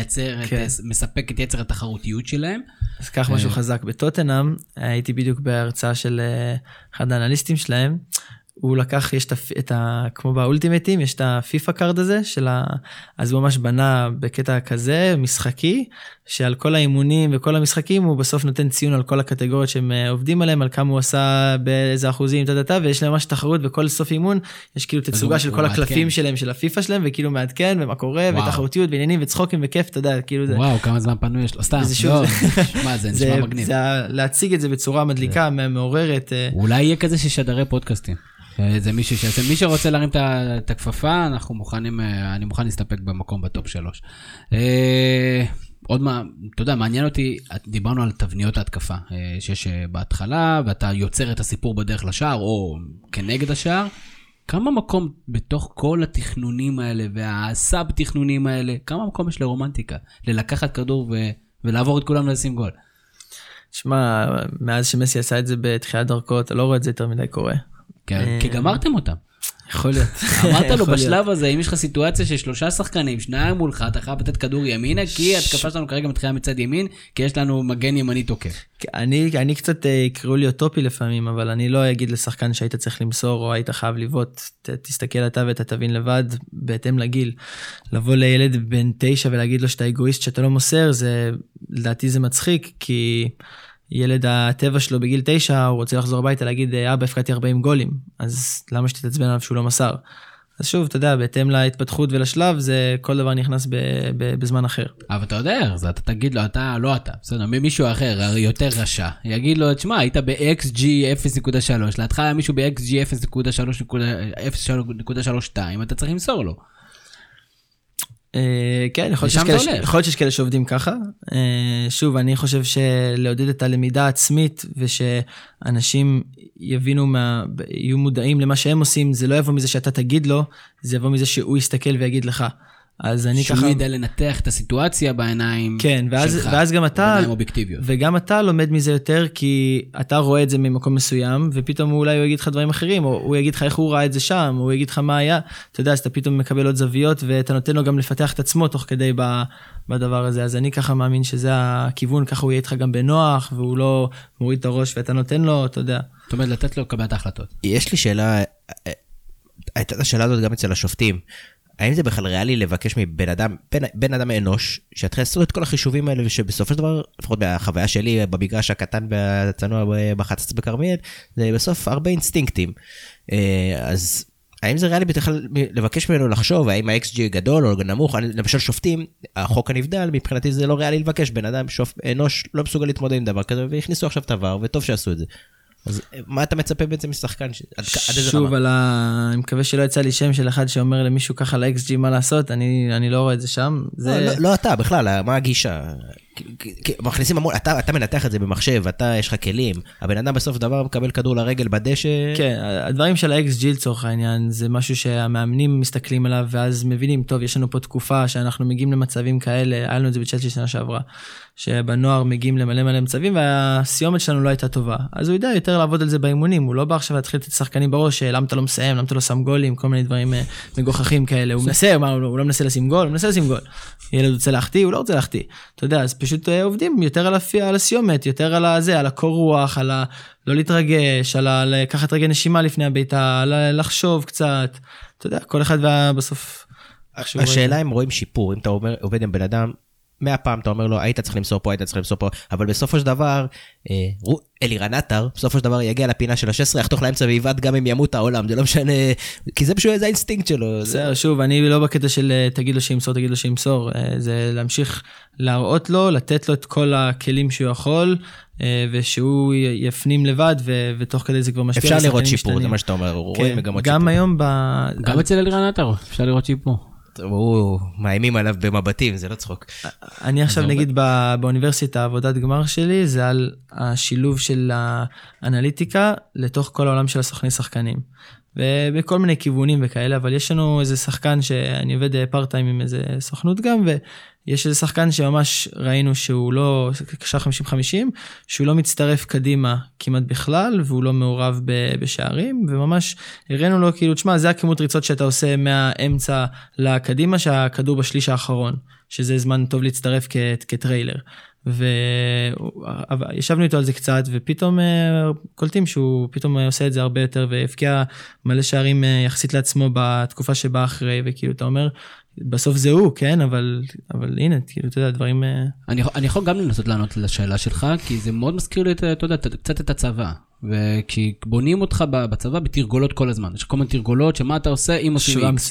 מספק את יצר התחרותיות שלהם. אז כך משהו חזק. בטוטנהאם, הייתי בדיוק בהרצאה של אחד האנליסטים שלהם, הוא לקח, יש כמו באולטימטים, יש את הפיפה קארד הזה, אז הוא ממש בנה בקטע כזה, משחקי, שעל כל האימונים וכל המשחקים, הוא בסוף נותן ציון על כל הקטגוריות שהם עובדים עליהם, על כמה הוא עשה באיזה אחוזים, ויש להם ממש תחרות, וכל סוף אימון, יש כאילו תצוגה של כל הקלפים שלהם, של הפיפה שלהם, וכאילו מעדכן, ומה קורה, ותחרותיות, ועניינים, וצחוקים, וכיף, אתה יודע, כאילו זה... וואו, כמה זמן פנו יש לו, סתם, מה זה, נשמע מגניב. זה להציג את זה בצורה מדליקה, מעוררת. אולי יהיה כזה ששדרי פודקאסטים. זה מישהו שעשה, מי שרוצה להרים את הכפפה, אני מוכן להסתפק במקום בטופ 3. עוד מה, אתה יודע, מעניין אותי, דיברנו על תבניות ההתקפה, שיש בהתחלה, ואתה יוצר את הסיפור בדרך לשער, או כנגד השער, כמה מקום בתוך כל התכנונים האלה, והסאב תכנונים האלה, כמה מקום יש לרומנטיקה, ללקחת כדור ולעבור את כולם לשים גול? תשמע, מאז שמסי עשה את זה בתחילת דרכו, אתה לא רואה את זה יותר מדי קורה. כי גמרתם אותם. יכול להיות. אמרת לו בשלב הזה, אם יש לך סיטואציה של 3 שחקנים, 2 מולך, אתה חייב לתת כדור ימינה, כי התקפה שלנו כרגע מתחילה מצד ימין, כי יש לנו מגן ימני תוקף. אני קצת יקראו לי אוטופי לפעמים, אבל אני לא אגיד לשחקן שהיית צריך למסור, או היית חייב לבעוט, תסתכל אתה ואתה תבין לבד, בהתאם לגיל. לבוא לילד בן 9 ולהגיד לו שאתה אגואיסט שאתה לא מוסר, לדעתי זה מצחיק, כי... ילד הטבע שלו בגיל 9, הוא רוצה לחזור הביתה להגיד, אבא, הפקעתי 40 גולים, אז למה שתתעצבן עליו שהוא לא מסר? אז שוב, אתה יודע, בהתאם להתפתחות ולשלב, זה כל דבר נכנס בזמן אחר. אבל אתה יודע, אז אתה תגיד לו, לא אתה, בסדר, מישהו אחר, יותר רשע, יגיד לו, תשמע, היית ב-XG 0.3, להתחלה היה מישהו ב-XG 0.3.2, אתה צריך למסור לו. כן, יכול להיות שיש כאלה שעובדים ככה. שוב, אני חושב שלעודד את הלמידה העצמית, ושאנשים יהיו מודעים למה שהם עושים, זה לא יבוא מזה שאתה תגיד לו, זה יבוא מזה שהוא יסתכל ויגיד לך. אז אני ככה... שהוא ידע לנתח את הסיטואציה בעיניים כן, ואז גם אתה, וגם אתה לומד מזה יותר, כי אתה רואה את זה ממקום מסוים, ופתאום אולי הוא יגיד לך דברים אחרים, או הוא יגיד לך איך הוא ראה את זה שם, או הוא יגיד לך מה היה, אתה יודע, אז אתה פתאום מקבל עוד זוויות, ואתה נותן לו גם לפתח את עצמו תוך כדי בדבר הזה. אז אני ככה מאמין שזה הכיוון, ככה הוא יהיה איתך גם בנוח, והוא לא מוריד את הראש, ואתה נותן לו, אתה יודע. זאת אומרת, לתת לו קבלת ההחלטות. יש לי שאלה, הייתה השאלה הזאת גם אצל השופטים, האם זה בכלל ריאלי לבקש מבן אדם אנוש, שיתחיל לעשות את כל החישובים האלה, ושבסופו של דבר, לפחות בחוויה שלי, במגרש הקטן והצנוע בחצץ בקרמיאל, זה בסוף הרבה אינסטינקטים. אז האם זה ריאלי בכלל לבקש ממנו לחשוב, האם ה-XG גדול או נמוך, למשל שופטים, החוק הנבדל, מבחינתי זה לא ריאלי לבקש, בן אדם אנוש לא מסוגל להתמודד עם דבר כזה, והכניסו עכשיו דבר, וטוב שעשו את זה. אז מה אתה מצפה בעצם משחקן? שוב, אני מקווה שלא יצא לי שם של אחד שאומר למישהו ככה ל-XG מה לעשות, אני לא רואה את זה שם. לא אתה, בכלל, מה הגישה? מכניסים המון, אתה מנתח את זה במחשב, אתה יש לך כלים, הבן אדם בסוף דבר מקבל כדור לרגל בדשא. כן, הדברים של ה-XG לצורך העניין, זה משהו שהמאמנים מסתכלים עליו, ואז מבינים, טוב, יש לנו פה תקופה שאנחנו מגיעים למצבים כאלה, היה לנו את זה בצ'לסי שנה שעברה, שבנוער מגיעים למלא מצבים, והסיומת שלנו לא הייתה טובה. אז הוא יודע יותר לעבוד על זה באימונים, הוא לא בא עכשיו להתחיל את השחקנים בראש, למה אתה לא מסיים, למה אתה לא שם גולים, כל מיני דברים מגוחכים כאלה. הוא מנסה, הוא לא מנסה לשים גול, הוא מנסה לשים גול. ילד רוצה להחטיא, הוא לא רוצה להחטיא. אתה יודע, אז פשוט עובדים יותר על הסיומת, יותר על הזה, על הקור רוח, על לא להתרגש, על לקחת רגע נשימה לפני הביתה, על לחשוב קצת. אתה יודע, כל אחד בסוף. השאלה אם רואים שיפור, אם אתה עובד עם בן אדם, 100 פעם אתה אומר לו, היית צריך למסור פה, אבל בסופו של דבר, אלירן עטר, בסופו של דבר יגיע לפינה של ה-16, יחתוך לאמצע ויבד גם אם ימות העולם, זה לא משנה, כי זה פשוט איזה האינסטינקט שלו. בסדר, שוב, אני לא בקטע של תגיד לו שימסור, זה להמשיך להראות לו, לתת לו את כל הכלים שהוא יכול, ושהוא יפנים לבד, ותוך כדי זה כבר משפיע. אפשר לראות שיפור, זה מה שאתה אומר, רואים מגמות שיפור. גם היום גם אצל אלירן עטר, אפשר לראות שיפור. מאיימים עליו במבטים, זה לא צחוק. אני עכשיו נגיד באוניברסיטה, עבודת גמר שלי, זה על השילוב של האנליטיקה לתוך כל העולם של הסוכני שחקנים. ובכל מיני כיוונים וכאלה, אבל יש לנו איזה שחקן שאני עובד פארט-טיים עם איזה סוכנות גם, ויש איזה שחקן שממש ראינו שהוא לא, קשר 50-50, שהוא לא מצטרף קדימה כמעט בכלל, והוא לא מעורב בשערים, וממש הראינו לו כאילו, תשמע, זה הכמות ריצות שאתה עושה מהאמצע לקדימה, שהכדור בשליש האחרון, שזה זמן טוב להצטרף כטריילר. וישבנו איתו על זה קצת, ופתאום קולטים שהוא פתאום עושה את זה הרבה יותר, והפקיע מלא שערים יחסית לעצמו בתקופה שבאה אחרי, וכאילו אתה אומר, בסוף זה הוא, כן, אבל הנה, כאילו, אתה יודע, דברים... אני יכול גם לנסות לענות לשאלה שלך, כי זה מאוד מזכיר לי, אתה יודע, קצת את הצבא. וכשבונים אותך בצבא בתרגולות כל הזמן, יש כל מיני תרגולות שמה אתה עושה אם עושים איקס,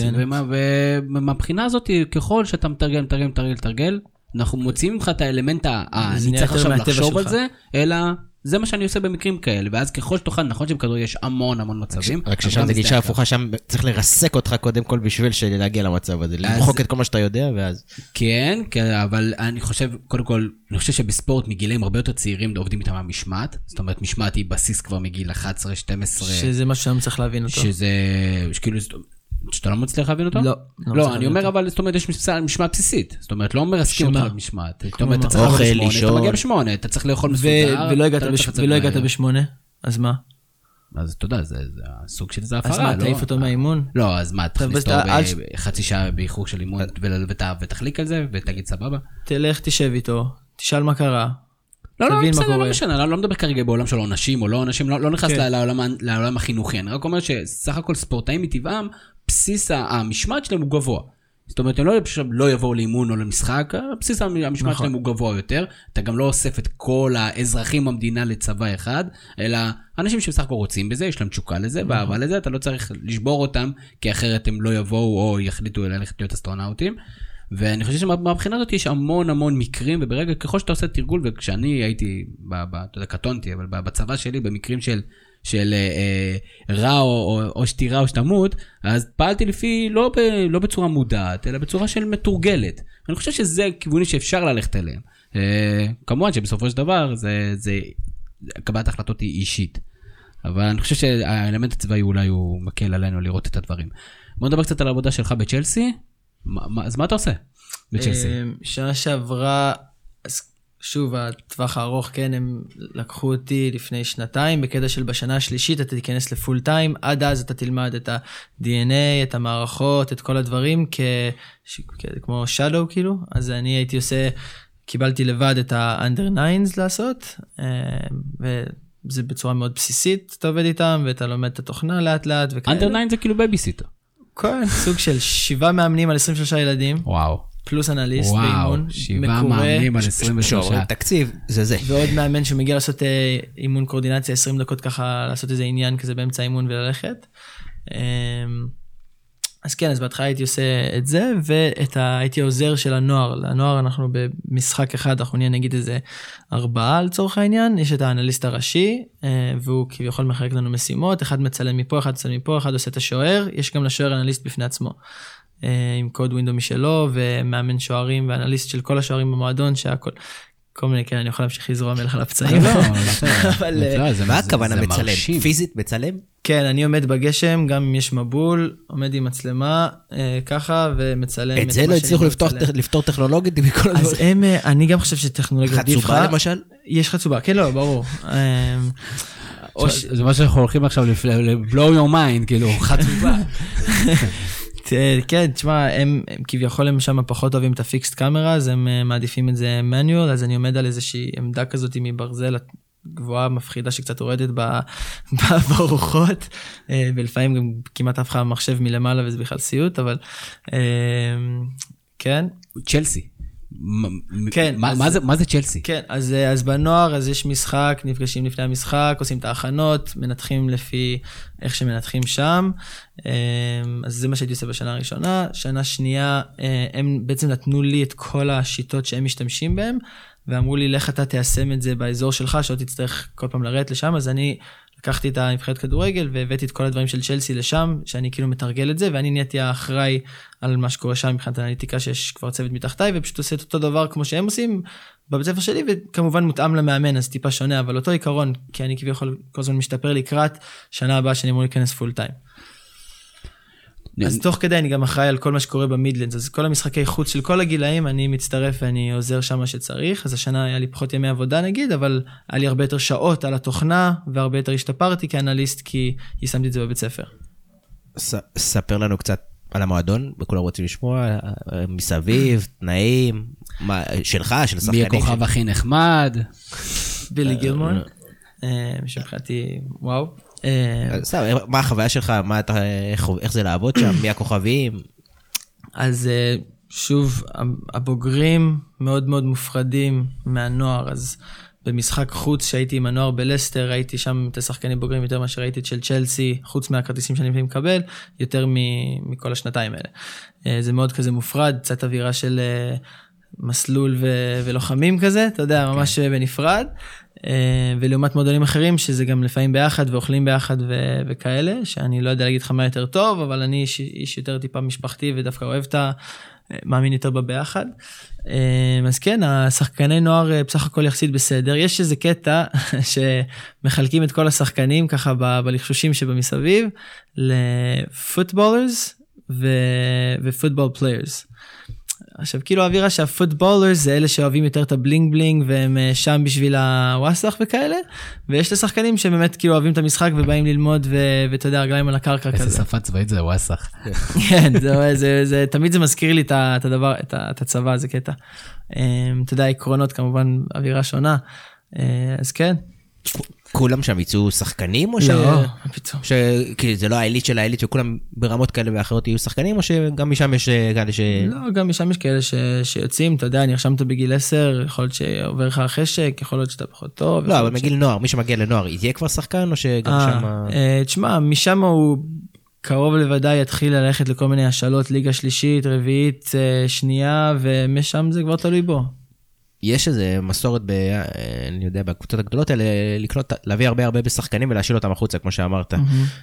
ומהבחינה הזאת, ככל שאתה מתרגל, אנחנו מוצאים ממך את האלמנט, אני צריך עכשיו לחשוב על זה, אלא זה מה שאני עושה במקרים כאלה, ואז ככל שתוכל, נכון שבכדור יש המון מצבים. רק ששם זה גישה הפוכה, שם צריך לרסק אותך קודם כל בשביל להגיע למצב הזה, למחוק את כל מה שאתה יודע, ואז... כן, אבל אני חושב, קודם כל, אני חושב שבספורט מגילאים הרבה יותר צעירים עובדים איתם המשמעת, זאת אומרת, משמעת היא בסיס כבר מגיל 11, 12. שזה מה שאני צריך להבין אותו. שזה, כאילו, שאתה לא מצליח להבין אותו? לא, אני אומר, אבל זאת אומרת, יש משמעת בסיסית. זאת אומרת, לא מרסקים אותך במשמעת. זאת אומרת, אתה צריך אוכל, לאכול לישון. אתה מגיע ב8, אתה צריך לאכול מסודר. ולא הגעת ב8, אז מה? אז אתה יודע, זה הסוג של זה הפרה. אז מה, תעיף אותו מהאימון? לא, אז מה, תכניס אותו בחצי שעה באיחור של אימון, ותחליק על זה, ותגיד סבבה? תלך, תשב איתו, תשאל מה קרה. לא, בסדר, לא משנה, לא מדבר כרגע בעולם של עונשים או לא עונשים, לא נכנס לעולם החינוכי, אני רק אומר שסך הכל ספורטאים מטבעם, בסיס המשמעת שלהם הוא גבוה. זאת אומרת, הם לא יבואו לאימון או למשחק, בסיס המשמעת שלהם הוא גבוה יותר, אתה גם לא אוסף את כל האזרחים במדינה לצבא אחד, אלא אנשים שבסך הכל רוצים בזה, יש להם תשוקה לזה, ואהבה לזה, אתה לא צריך לשבור אותם, כי אחרת הם לא יבואו או יחליטו ללכת להיות אסטרונאוטים. ואני חושב שמבחינה הזאת יש המון מקרים, וברגע ככל שאתה עושה תרגול, וכשאני הייתי, אתה יודע, קטונתי, אבל בצבא שלי, במקרים של רע או שתירה או שתמות, אז פעלתי לפי לא בצורה מודעת, אלא בצורה של מתורגלת. אני חושב שזה כיווני שאפשר ללכת אליהם. כמובן שבסופו של דבר, קבלת החלטות היא אישית. אבל אני חושב שהאלמנט הצבאי אולי הוא מקל עלינו לראות את הדברים. בוא נדבר קצת על העבודה שלך בצ'לסי. אז מה אתה עושה בצ'לסי? שנה שעברה, שוב, הטווח הארוך, כן, הם לקחו אותי לפני שנתיים, בקטע של בשנה השלישית אתה תיכנס לפול טיים, עד אז אתה תלמד את ה-DNA, את המערכות, את כל הדברים, כמו shadow כאילו, אז אני הייתי קיבלתי לבד את ה-under 9s לעשות, וזה בצורה מאוד בסיסית, אתה עובד איתם, ואתה לומד את התוכנה לאט לאט וכאלה. under 9 זה כאילו בייביסיטר. כן, סוג של 7 מאמנים על 23 ילדים. וואו. פלוס אנליסט באימון. 7 מאמנים על 23. תקציב, זה. ועוד מאמן שמגיע לעשות אימון קואורדינציה 20 דקות ככה, לעשות איזה עניין כזה באמצע האימון וללכת. אז כן, אז בהתחלה הייתי עושה את זה, והייתי עוזר של הנוער. לנוער אנחנו במשחק אחד, אנחנו נהיה נגיד איזה 4 לצורך העניין, יש את האנליסט הראשי, והוא כביכול מחלק לנו משימות, אחד מצלם מפה, אחד מצלם מפה, אחד עושה את השוער, יש גם לשוער אנליסט בפני עצמו, עם קוד ווינדו משלו, ומאמן שוערים ואנליסט של כל השוערים במועדון, שהכל... כל מיני, כן, אני יכול להמשיך לזרוע מלח על הפצעים. מה הכוונה מצלם? פיזית מצלם? כן, אני עומד בגשם, גם אם יש מבול, עומד עם מצלמה, ככה, ומצלם. את זה לא הצליחו לפתור טכנולוגית מכל הדברים. אז אני גם חושב שטכנולוגיה... חצובה למשל? יש חצובה, כן, לא, ברור. זה מה שאנחנו הולכים עכשיו blow your mind, כאילו, חצובה. כן, תשמע, הם כביכול הם שם פחות אוהבים את הפיקסט קאמרה, אז הם מעדיפים את זה מניואל, אז אני עומד על איזושהי עמדה כזאת מברזל גבוהה, מפחידה שקצת הורדת ברוחות, ולפעמים גם כמעט אף אחד מחשב מלמעלה וזה בכלל סיוט, אבל כן. צ'לסי. כן. מה זה צ'לסי? כן, אז בנוער, אז יש משחק, נפגשים לפני המשחק, עושים את ההכנות, מנתחים לפי איך שמנתחים שם, אז זה מה שהייתי עושה בשנה הראשונה. שנה שנייה, הם בעצם נתנו לי את כל השיטות שהם משתמשים בהם, ואמרו לי, לך אתה תיישם את זה באזור שלך, שלא תצטרך כל פעם לרדת לשם, אז אני לקחתי את הנבחרת כדורגל, והבאתי את כל הדברים של צ'לסי לשם, שאני כאילו מתרגל את זה, ואני נהייתי האחראי על מה שקורה שם, מבחינת האנליטיקה, שיש כבר צוות מתחתיי, ופשוט עושה את אותו דבר כמו שהם עושים, בבית ספר שלי, וכמובן מותאם למאמן, אז טיפה שונה, אבל אותו עיקרון, כי אני כביכול כל הזמן משתפר לקראת שנה הבאה, שאני אמור להיכנס פול טיים. אז תוך כדי אני גם אחראי על כל מה שקורה במידלנדס, אז כל המשחקי חוץ של כל הגילאים, אני מצטרף ואני עוזר שם מה שצריך, אז השנה היה לי פחות ימי עבודה נגיד, אבל היה לי הרבה יותר שעות על התוכנה, והרבה יותר השתפרתי כאנליסט, כי יישמתי את זה בבית ספר. ספר לנו קצת על המועדון, וכולם רוצים לשמוע, מסביב, תנאים, שלך, של שחקנים. מי הכוכב הכי נחמד? בילי גילמור, משבחתי, וואו. מה החוויה שלך, איך זה לעבוד שם, מי הכוכבים? אז שוב, הבוגרים מאוד מאוד מופרדים מהנוער, אז במשחק חוץ שהייתי עם הנוער בלסטר, ראיתי שם את השחקנים בוגרים יותר מאשר ראיתי את של צ'לסי, חוץ מהכרטיסים שאני לפעמים מקבל, יותר מכל השנתיים האלה. זה מאוד כזה מופרד, קצת אווירה של מסלול ולוחמים כזה, אתה יודע, ממש בנפרד, ולעומת מועדונים אחרים, שזה גם לפעמים ביחד ואוכלים ביחד וכאלה, שאני לא יודע להגיד לך מה יותר טוב, אבל אני איש יותר טיפה משפחתי, ודווקא אוהב את מאמין יותר בביחד. אז כן, השחקני נוער בסך הכל יחסית בסדר. יש איזה קטע שמחלקים את כל השחקנים ככה בלחשושים שבמסביב, לפוטבולרס ופוטבול פליירס. עכשיו, כאילו האווירה שהפוטבולרס זה אלה שאוהבים יותר את הבלינג בלינג, והם שם בשביל הווסח וכאלה, ויש לשחקנים שבאמת כאילו אוהבים את המשחק ובאים ללמוד, ואתה יודע, רגליים על הקרקע כזה. איזה שפה צבאית זה ווסח. כן, תמיד זה מזכיר לי את הצבא, זה קטע. אתה יודע, עקרונות כמובן אווירה שונה, אז כן. כולם שם יצאו שחקנים, או לא, כי זה לא העילית של העילית, וכולם ברמות כאלה ואחרות יהיו שחקנים, או שגם משם יש כאלה לא, גם משם יש כאלה שיוצאים, אתה יודע, נרשמת בגיל 10, יכול להיות שעובר לך חשק, יכול להיות שאתה פחות טוב. לא, אבל מגיל נוער, מי שמגיע לנוער, יהיה כבר שחקן, או שגם שם... תשמע, משם הוא קרוב לוודאי יתחיל ללכת לכל מיני השאלות, ליגה שלישית, רביעית, שנייה, ומשם זה כבר תלוי בו. יש איזה מסורת, אני יודע, בקבוצות הגדולות האלה, להביא הרבה בשחקנים ולהשיל אותם החוצה, כמו שאמרת.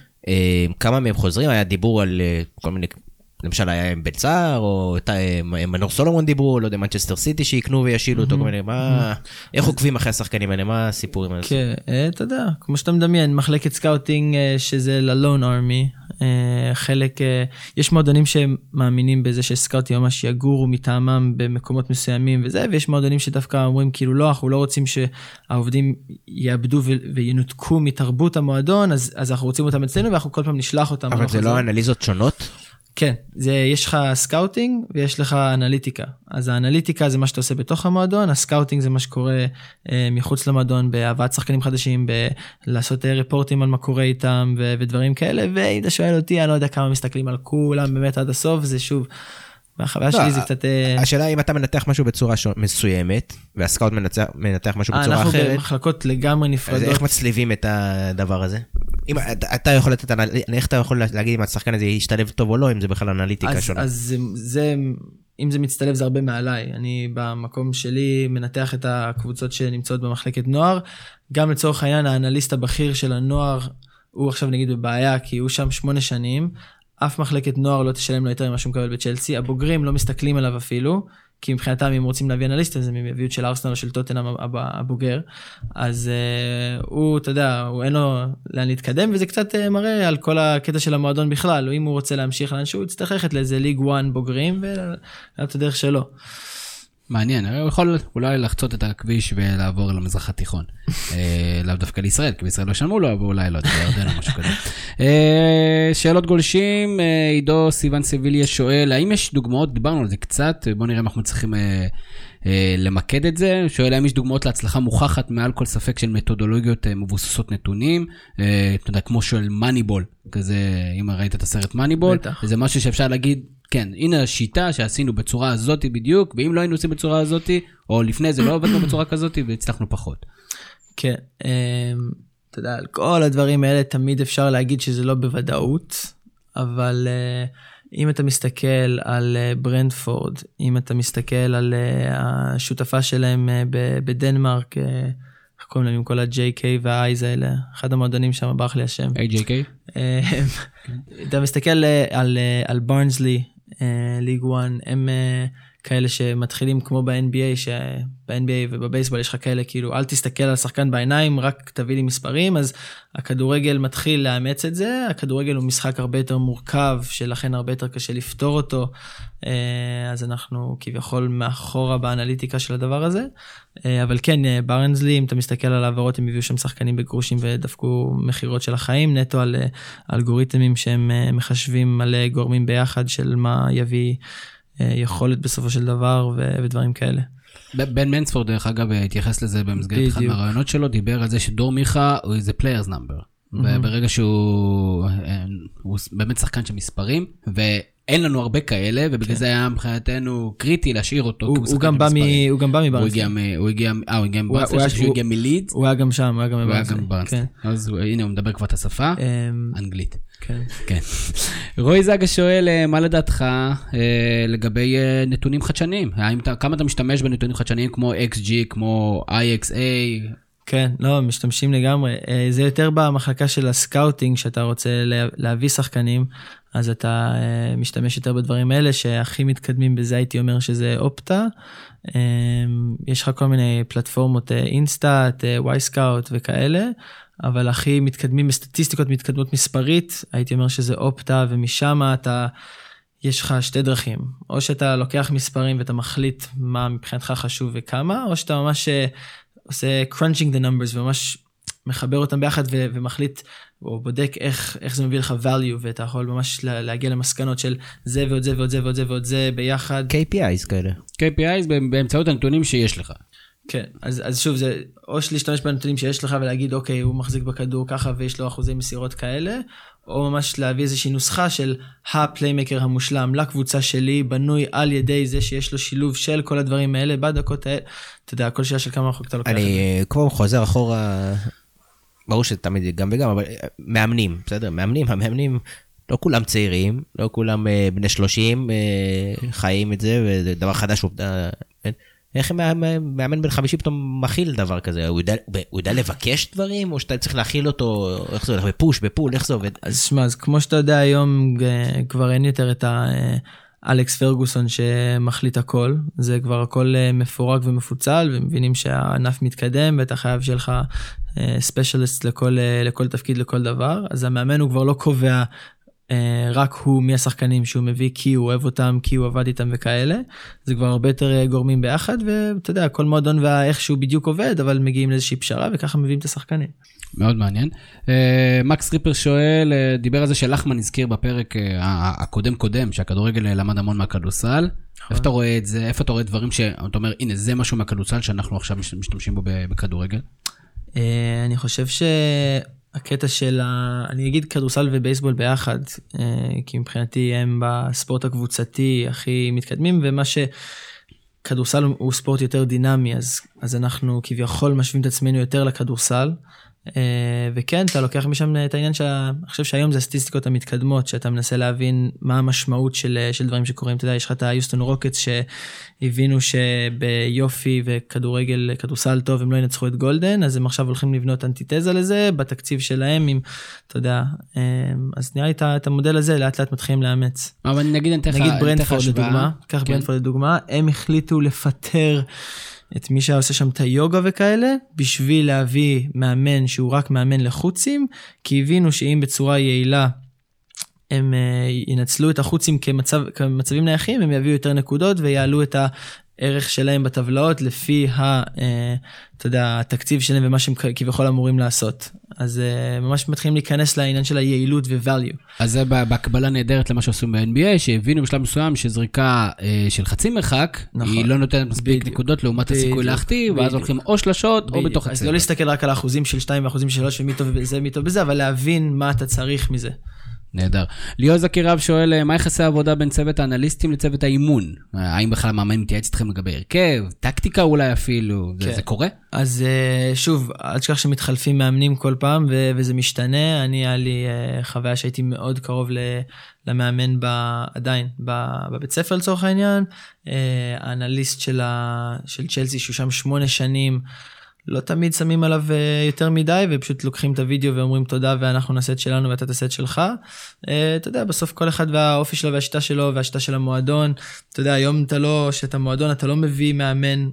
כמה מהם חוזרים? היה דיבור על כל מיני, למשל היה בן צער, או מנור סולומון דיברו, לא יודע, מנצ'סטר סיטי שיקנו וישילו אותו, כל מיני, איך עוקבים אחרי השחקנים האלה? מה הסיפורים האלה? כן, אתה יודע, כמו שאתה מדמיין, מחלקת סקאוטינג שזה ללון ארמי, חלק, יש מועדונים שמאמינים בזה שסקאוטים ממש יגורו מטעמם במקומות מסוימים וזה, ויש מועדונים שדווקא אומרים כאילו לא, אנחנו לא רוצים שהעובדים יאבדו וינותקו מתרבות המועדון, אז אנחנו רוצים אותם אצלנו ואנחנו כל פעם נשלח אותם. אבל זה לא אנליזות שונות? כן, יש לך סקאוטינג ויש לך אנליטיקה. אז האנליטיקה זה מה שאתה עושה בתוך המועדון, הסקאוטינג זה מה שקורה מחוץ למועדון, בהבאת שחקנים חדשים, לעשות רפורטים על מה קורה איתם ודברים כאלה, ואם אתה שואל אותי, אני לא יודע כמה מסתכלים על כולם באמת עד הסוף, זה שוב, והחוויה שלי זה קצת... השאלה אם אתה מנתח משהו בצורה מסוימת, והסקאוט מנתח משהו בצורה אחרת. אנחנו במחלקות לגמרי נפרדות. אז איך מצליבים את הדבר הזה? אם אתה יכול לתת, איך אתה יכול להגיד אם השחקן הזה ישתלב טוב או לא, אם זה בכלל אנליטיקה שונה? אז זה, אם זה מצטלב זה הרבה מעליי. אני במקום שלי מנתח את הקבוצות שנמצאות במחלקת נוער, גם לצורך העניין האנליסט הבכיר של הנוער, הוא עכשיו נגיד בבעיה, כי הוא שם 8 שנים, אף מחלקת נוער לא תשלם לו יותר ממה שהוא מקבל בצ'לסי, הבוגרים לא מסתכלים עליו אפילו, כי מבחינתם אם רוצים להביא אנליסט, אז הם יביאו של ארסנל או של טוטנהאם הבוגר, אז הוא, אתה יודע, הוא אין לו לאן להתקדם, וזה קצת מראה על כל הקטע של המועדון בכלל, או אם הוא רוצה להמשיך לאן שהוא, יצטרך ללכת לאיזה ליג 1 בוגרים, ולאת הדרך שלו. מעניין, הוא יכול אולי לחצות את הכביש ולעבור למזרח התיכון. לאו דווקא לישראל, כי בישראל לא שלמו לו, אבל אולי לא, זה ירדן או משהו כזה. שאלות גולשים, עידו סיוון סביליה שואל, האם יש דוגמאות, דיברנו על זה קצת, בואו נראה אם אנחנו צריכים למקד את זה, שואל האם יש דוגמאות להצלחה מוכחת מעל כל ספק של מתודולוגיות מבוססות נתונים, אתה יודע, כמו של מאניבול, כזה, אם ראית את הסרט מאניבול, זה משהו שאפשר להגיד, כן, הנה השיטה שעשינו בצורה הזאת בדיוק, ואם לא היינו עושים בצורה הזאת, או לפני זה לא עבדנו בצורה כזאת, והצלחנו פחות. כן, אתה יודע, על כל הדברים האלה תמיד אפשר להגיד שזה לא בוודאות, אבל אם אתה מסתכל על ברנדפורד, אם אתה מסתכל על השותפה שלהם בדנמרק, איך קוראים להם עם כל ה-JK וה-I's האלה, אחד המועדונים שם ברח לי השם. AJK? אתה מסתכל על ברנסלי, ליג 1, הם כאלה שמתחילים כמו ב-NBA, שב-NBA ובבייסבול יש לך כאלה, כאילו, אל תסתכל על השחקן בעיניים, רק תביא לי מספרים, אז הכדורגל מתחיל לאמץ את זה, הכדורגל הוא משחק הרבה יותר מורכב, שלכן הרבה יותר קשה לפתור אותו, אז אנחנו כביכול מאחורה באנליטיקה של הדבר הזה, אבל כן, ברנזלי, אם אתה מסתכל על העברות, הם הביאו שם שחקנים בגרושים ודפקו מחירות של החיים, נטו על אלגוריתמים שהם מחשבים מלא גורמים ביחד של מה יביא יכולת בסופו של דבר ודברים כאלה. בן מנספורד, דרך אגב, התייחס לזה במסגרת אחד מהרעיונות שלו, דיבר על זה שדור מיכה הוא איזה players number. וברגע שהוא באמת שחקן של מספרים, ואין לנו הרבה כאלה, ובגלל זה היה מבחינתנו קריטי להשאיר אותו. הוא גם בא מברנסטי. הוא הגיע מברנסטי, שהוא הגיע מליד. הוא היה גם שם, הוא היה גם מברנסטי. אז הנה, הוא מדבר כבר את השפה, אנגלית. כן. רועי זגה שואל, מה לדעתך לגבי נתונים חדשניים? כמה אתה משתמש בנתונים חדשניים כמו XG, כמו IXA? כן, לא, משתמשים לגמרי. זה יותר במחלקה של הסקאוטינג, שאתה רוצה להביא שחקנים, אז אתה משתמש יותר בדברים האלה, שהכי מתקדמים בזה הייתי אומר שזה אופטה. יש לך כל מיני פלטפורמות, אינסטאט, וואי-סקאוט וכאלה, אבל הכי מתקדמים בסטטיסטיקות מתקדמות מספרית, הייתי אומר שזה אופטה, ומשם יש לך שתי דרכים. או שאתה לוקח מספרים ואתה מחליט מה מבחינתך חשוב וכמה, או שאתה ממש עושה crunching the numbers וממש מחבר אותם ביחד ומחליט או בודק איך זה מביא לך value, ואתה יכול ממש להגיע למסקנות של זה ועוד זה ועוד זה ועוד זה ועוד זה ביחד. KPIs כאלה. KPIs באמצעות הנתונים שיש לך. כן, אז שוב, זה או להשתמש בנתונים שיש לך ולהגיד, אוקיי, הוא מחזיק בכדור ככה ויש לו אחוזי מסירות כאלה, או ממש להביא איזושהי נוסחה של הפליימקר המושלם לקבוצה שלי, בנוי על ידי זה שיש לו שילוב של כל הדברים האלה, בדקות האלה, אתה יודע, כל שאלה של כמה רחוק אתה לוקח. אני כמו חוזר אחורה, ברור שתמיד גם וגם, אבל מאמנים, בסדר? המאמנים, לא כולם צעירים, לא כולם בני 30, חיים את זה, וזה דבר חדש, איך מאמן בן 50 פתאום מכיל דבר כזה? הוא יודע לבקש דברים, או שאתה צריך להכיל אותו, איך זה הולך, בפוש, בפול, איך זה עובד? אז שמה, אז כמו שאתה יודע היום, כבר אין יותר את אלכס פרגוסון שמחליט הכל, זה כבר הכל מפורק ומפוצל, ומבינים שהענף מתקדם, ואתה חייב שיהיה לך ספיישליסט לכל תפקיד, לכל דבר, אז המאמן הוא כבר לא קובע רק הוא מי השחקנים שהוא מביא, כי הוא אוהב אותם, כי הוא עבד איתם וכאלה, זה כבר הרבה יותר גורמים ביחד, ואתה יודע, כל מועדון ואיך שהוא בדיוק עובד, אבל מגיעים לאיזושהי פשרה, וככה מביאים את השחקנים. מאוד מעניין. מקס ריפר שואל, דיבר על זה שלחמן הזכיר בפרק הקודם, שהכדורגל למד המון מהכדורסל. איפה אתה רואה את זה? איפה אתה רואה דברים שאתה אומר, הנה, זה משהו מהכדורסל שאנחנו עכשיו משתמשים בו בכדורגל? אני חושב הקטע של, אני אגיד כדורסל ובייסבול ביחד, כי מבחינתי הם בספורט הקבוצתי הכי מתקדמים, ומה שכדורסל הוא ספורט יותר דינמי, אז אנחנו כביכול משווים את עצמנו יותר לכדורסל, וכן, אתה לוקח משם את העניין אני חושב שהיום זה הסטטיסטיקות המתקדמות, שאתה מנסה להבין מה המשמעות של דברים שקורים. אתה יודע, יש לך את היוסטון רוקטס שהבינו שביופי וכדורגל, כדורסל טוב, הם לא ינצחו את גולדן, אז הם עכשיו הולכים לבנות אנטיתזה לזה, בתקציב שלהם, עם, אתה יודע, אז נראה לי את המודל הזה, לאט לאט מתחילים לאמץ. אבל נגיד ברנדפורד לדוגמה, קח ברנדפורד לדוגמה, הם החליטו לפטר את מי שעושה שם את היוגה וכאלה, בשביל להביא מאמן שהוא רק מאמן לחוצים, כי הבינו שאם בצורה יעילה הם ינצלו את החוצים כמצבים נייחים, הם יביאו יותר נקודות ויעלו את הערך שלהם בטבלאות, לפי אתה יודע, התקציב שלהם ומה שהם כביכול אמורים לעשות. אז ממש מתחילים להיכנס לעניין של היעילות ו-value. אז זה בהקבלה נהדרת למה שעושים ב-NBA, שהבינו בשלב מסוים שזריקה של חצי מרחק, היא לא נותנת מספיק נקודות לעומת הסיכוי להחטיא, ואז הולכים או שלשות או בתוך הצבע. אז לא להסתכל רק על האחוזים של 2 ואחוזים של 3 ומי טוב בזה, מי טוב בזה, אבל להבין מה אתה צריך מזה. נהדר. ליאור זקירב שואל, מה יחסי העבודה בין צוות האנליסטים לצוות האימון? האם בכלל מאמן מתייעץ אתכם לגבי הרכב? טקטיקה אולי אפילו? זה קורה? אז שוב, אל תשכח שמתחלפים מאמנים כל פעם, וזה משתנה. היה לי חוויה שהייתי מאוד קרוב למאמן עדיין, בבית ספר לצורך העניין. האנליסט של צ'לסי, שהוא שם 8 שנים, לא תמיד שמים עליו יותר מדי, ופשוט לוקחים את הוידאו ואומרים תודה, ואנחנו נעשה את שלנו ואתה תעשה את שלך. אתה יודע, בסוף כל אחד והאופי שלו והשיטה שלו, והשיטה של המועדון. אתה יודע, היום שאתה מועדון, אתה לא מביא מאמן,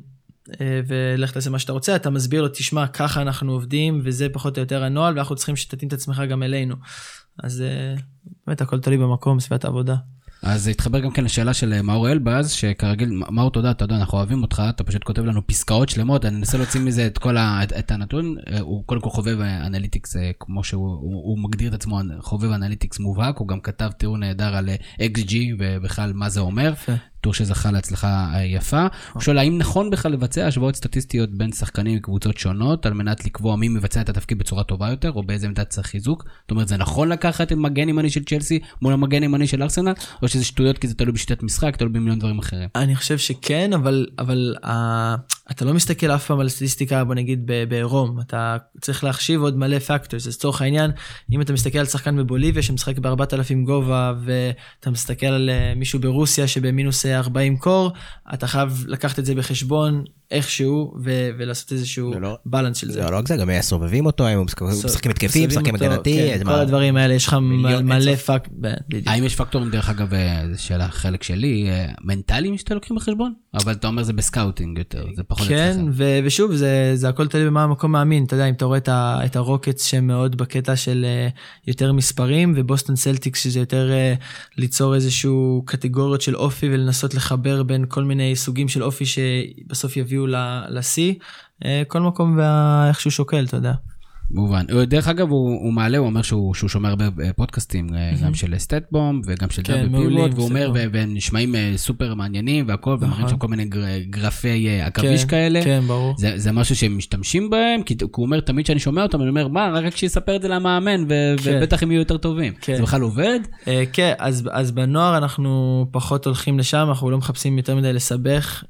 ולך תעשה מה שאתה רוצה, אתה מסביר לו, תשמע, ככה אנחנו עובדים, וזה פחות או יותר הנועל, ואנחנו צריכים שתתאים את עצמך גם אלינו. אז באמת, הכל תלוי במקום, סביבת העבודה. אז התחבר גם כן לשאלה של מאור אלבז, שכרגיל, מאור תודה, אנחנו אוהבים אותך, אתה פשוט כותב לנו פסקאות שלמות, אני אנסה להוציא מזה את הנתון, הוא קודם כל חובב אנליטיקס, כמו שהוא מגדיר את עצמו חובב אנליטיקס מובהק, הוא גם כתב תיאור נהדר על XG, ובכלל מה זה אומר, תיאור שזכה להצלחה יפה. הוא שואל, האם נכון בכלל לבצע השוואות סטטיסטיות בין שחקנים וקבוצות שונות, על מנת לקבוע מי מבצע את התפקיד בצורה טובה יותר, או באיזה עמדת צריך חיזוק? זאת אומרת, זה נכון לקחת את מגן ימני של צ'לסי מול המגן ימני של ארסנל, או שזה שטויות כי זה תלוי בשיטת משחק, תלוי במיליון דברים אחרים? אני חושב שכן, אבל אתה לא מסתכל אף פעם על סטטיסטיקה, בוא נגיד בעירום, אתה צריך להחשיב עוד מלא פקטורס, אז לצורך העניין, אם אתה מסתכל על שחקן בבוליביה שמשחק ב4,000 גובה, ואתה מסתכל על מישהו ברוסיה שבמינוס 40 קור, אתה חייב לקחת את זה בחשבון איכשהו, ולעשות איזשהו בלנס של זה. לא רק זה, גם סובבים אותו, הם משחקים התקפים, משחקים הגנתי. כל הדברים האלה, יש לך מלא פקטור. האם יש פקטורים, דרך אגב, של החלק שלי, מנטליים שאתה לוקחים בחשבון? אבל אתה אומר זה בסקאוטינג יותר, זה פחות אצלך. כן, ושוב, זה הכל תלוי במה המקום מאמין. אתה יודע, אם אתה רואה את הרוקטס שמאוד בקטע של יותר מספרים, ובוסטון סלטיקס שזה יותר ליצור איזשהו קטגוריות של אופי, ולנסות לחבר בין כל מיני סוגים של אופי שבסוף יביאו ל-C, כל מקום ואיך שהוא שוקל, אתה יודע. מובן. דרך אגב, הוא מעלה, הוא אומר שהוא שומע הרבה פודקאסטים, גם של סטטבום וגם של דאבל פיבוט, והוא אומר, ונשמעים סופר מעניינים והכל, ומראים שם כל מיני גרפי עכביש כאלה. כן, ברור. זה משהו שהם משתמשים בהם, כי הוא אומר, תמיד שאני שומע אותם, אני אומר, מה, רק שיספר את זה למאמן, ובטח הם יהיו יותר טובים. זה בכלל עובד? כן, אז בנוער אנחנו פחות הולכים לשם, אנחנו לא מחפשים יותר מדי לסבך,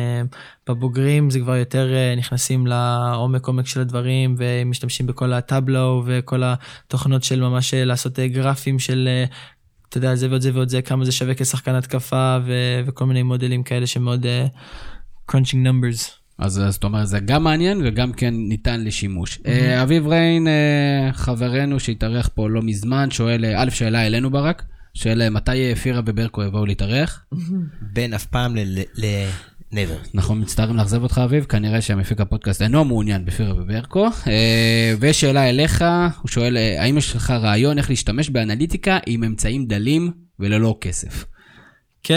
בבוגרים זה כבר יותר נכנסים לעומק של הדברים, ומשתמשים בכל הטאבלו וכל התוכנות של ממש לעשות גרפים של, אתה יודע, זה ועוד זה ועוד זה, כמה זה שווה כשחקן התקפה, וכל מיני מודלים כאלה שמאוד crunching numbers. אז זאת אומרת, זה גם מעניין וגם כן ניתן לשימוש. אביב ריין, חברנו שהתארח פה לא מזמן, שואל, א' שאלה אלינו ברק, שואל מתי פירה וברקו יבואו להתארח? בין אף פעם never. אנחנו מצטערים להחזב אותך אביב, כנראה שהמפיק הפודקאסט אינו מעוניין בפירה וברקו. ושאלה אליך, הוא שואל, האם יש לך רעיון איך להשתמש באנליטיקה עם אמצעים דלים וללא כסף? כן,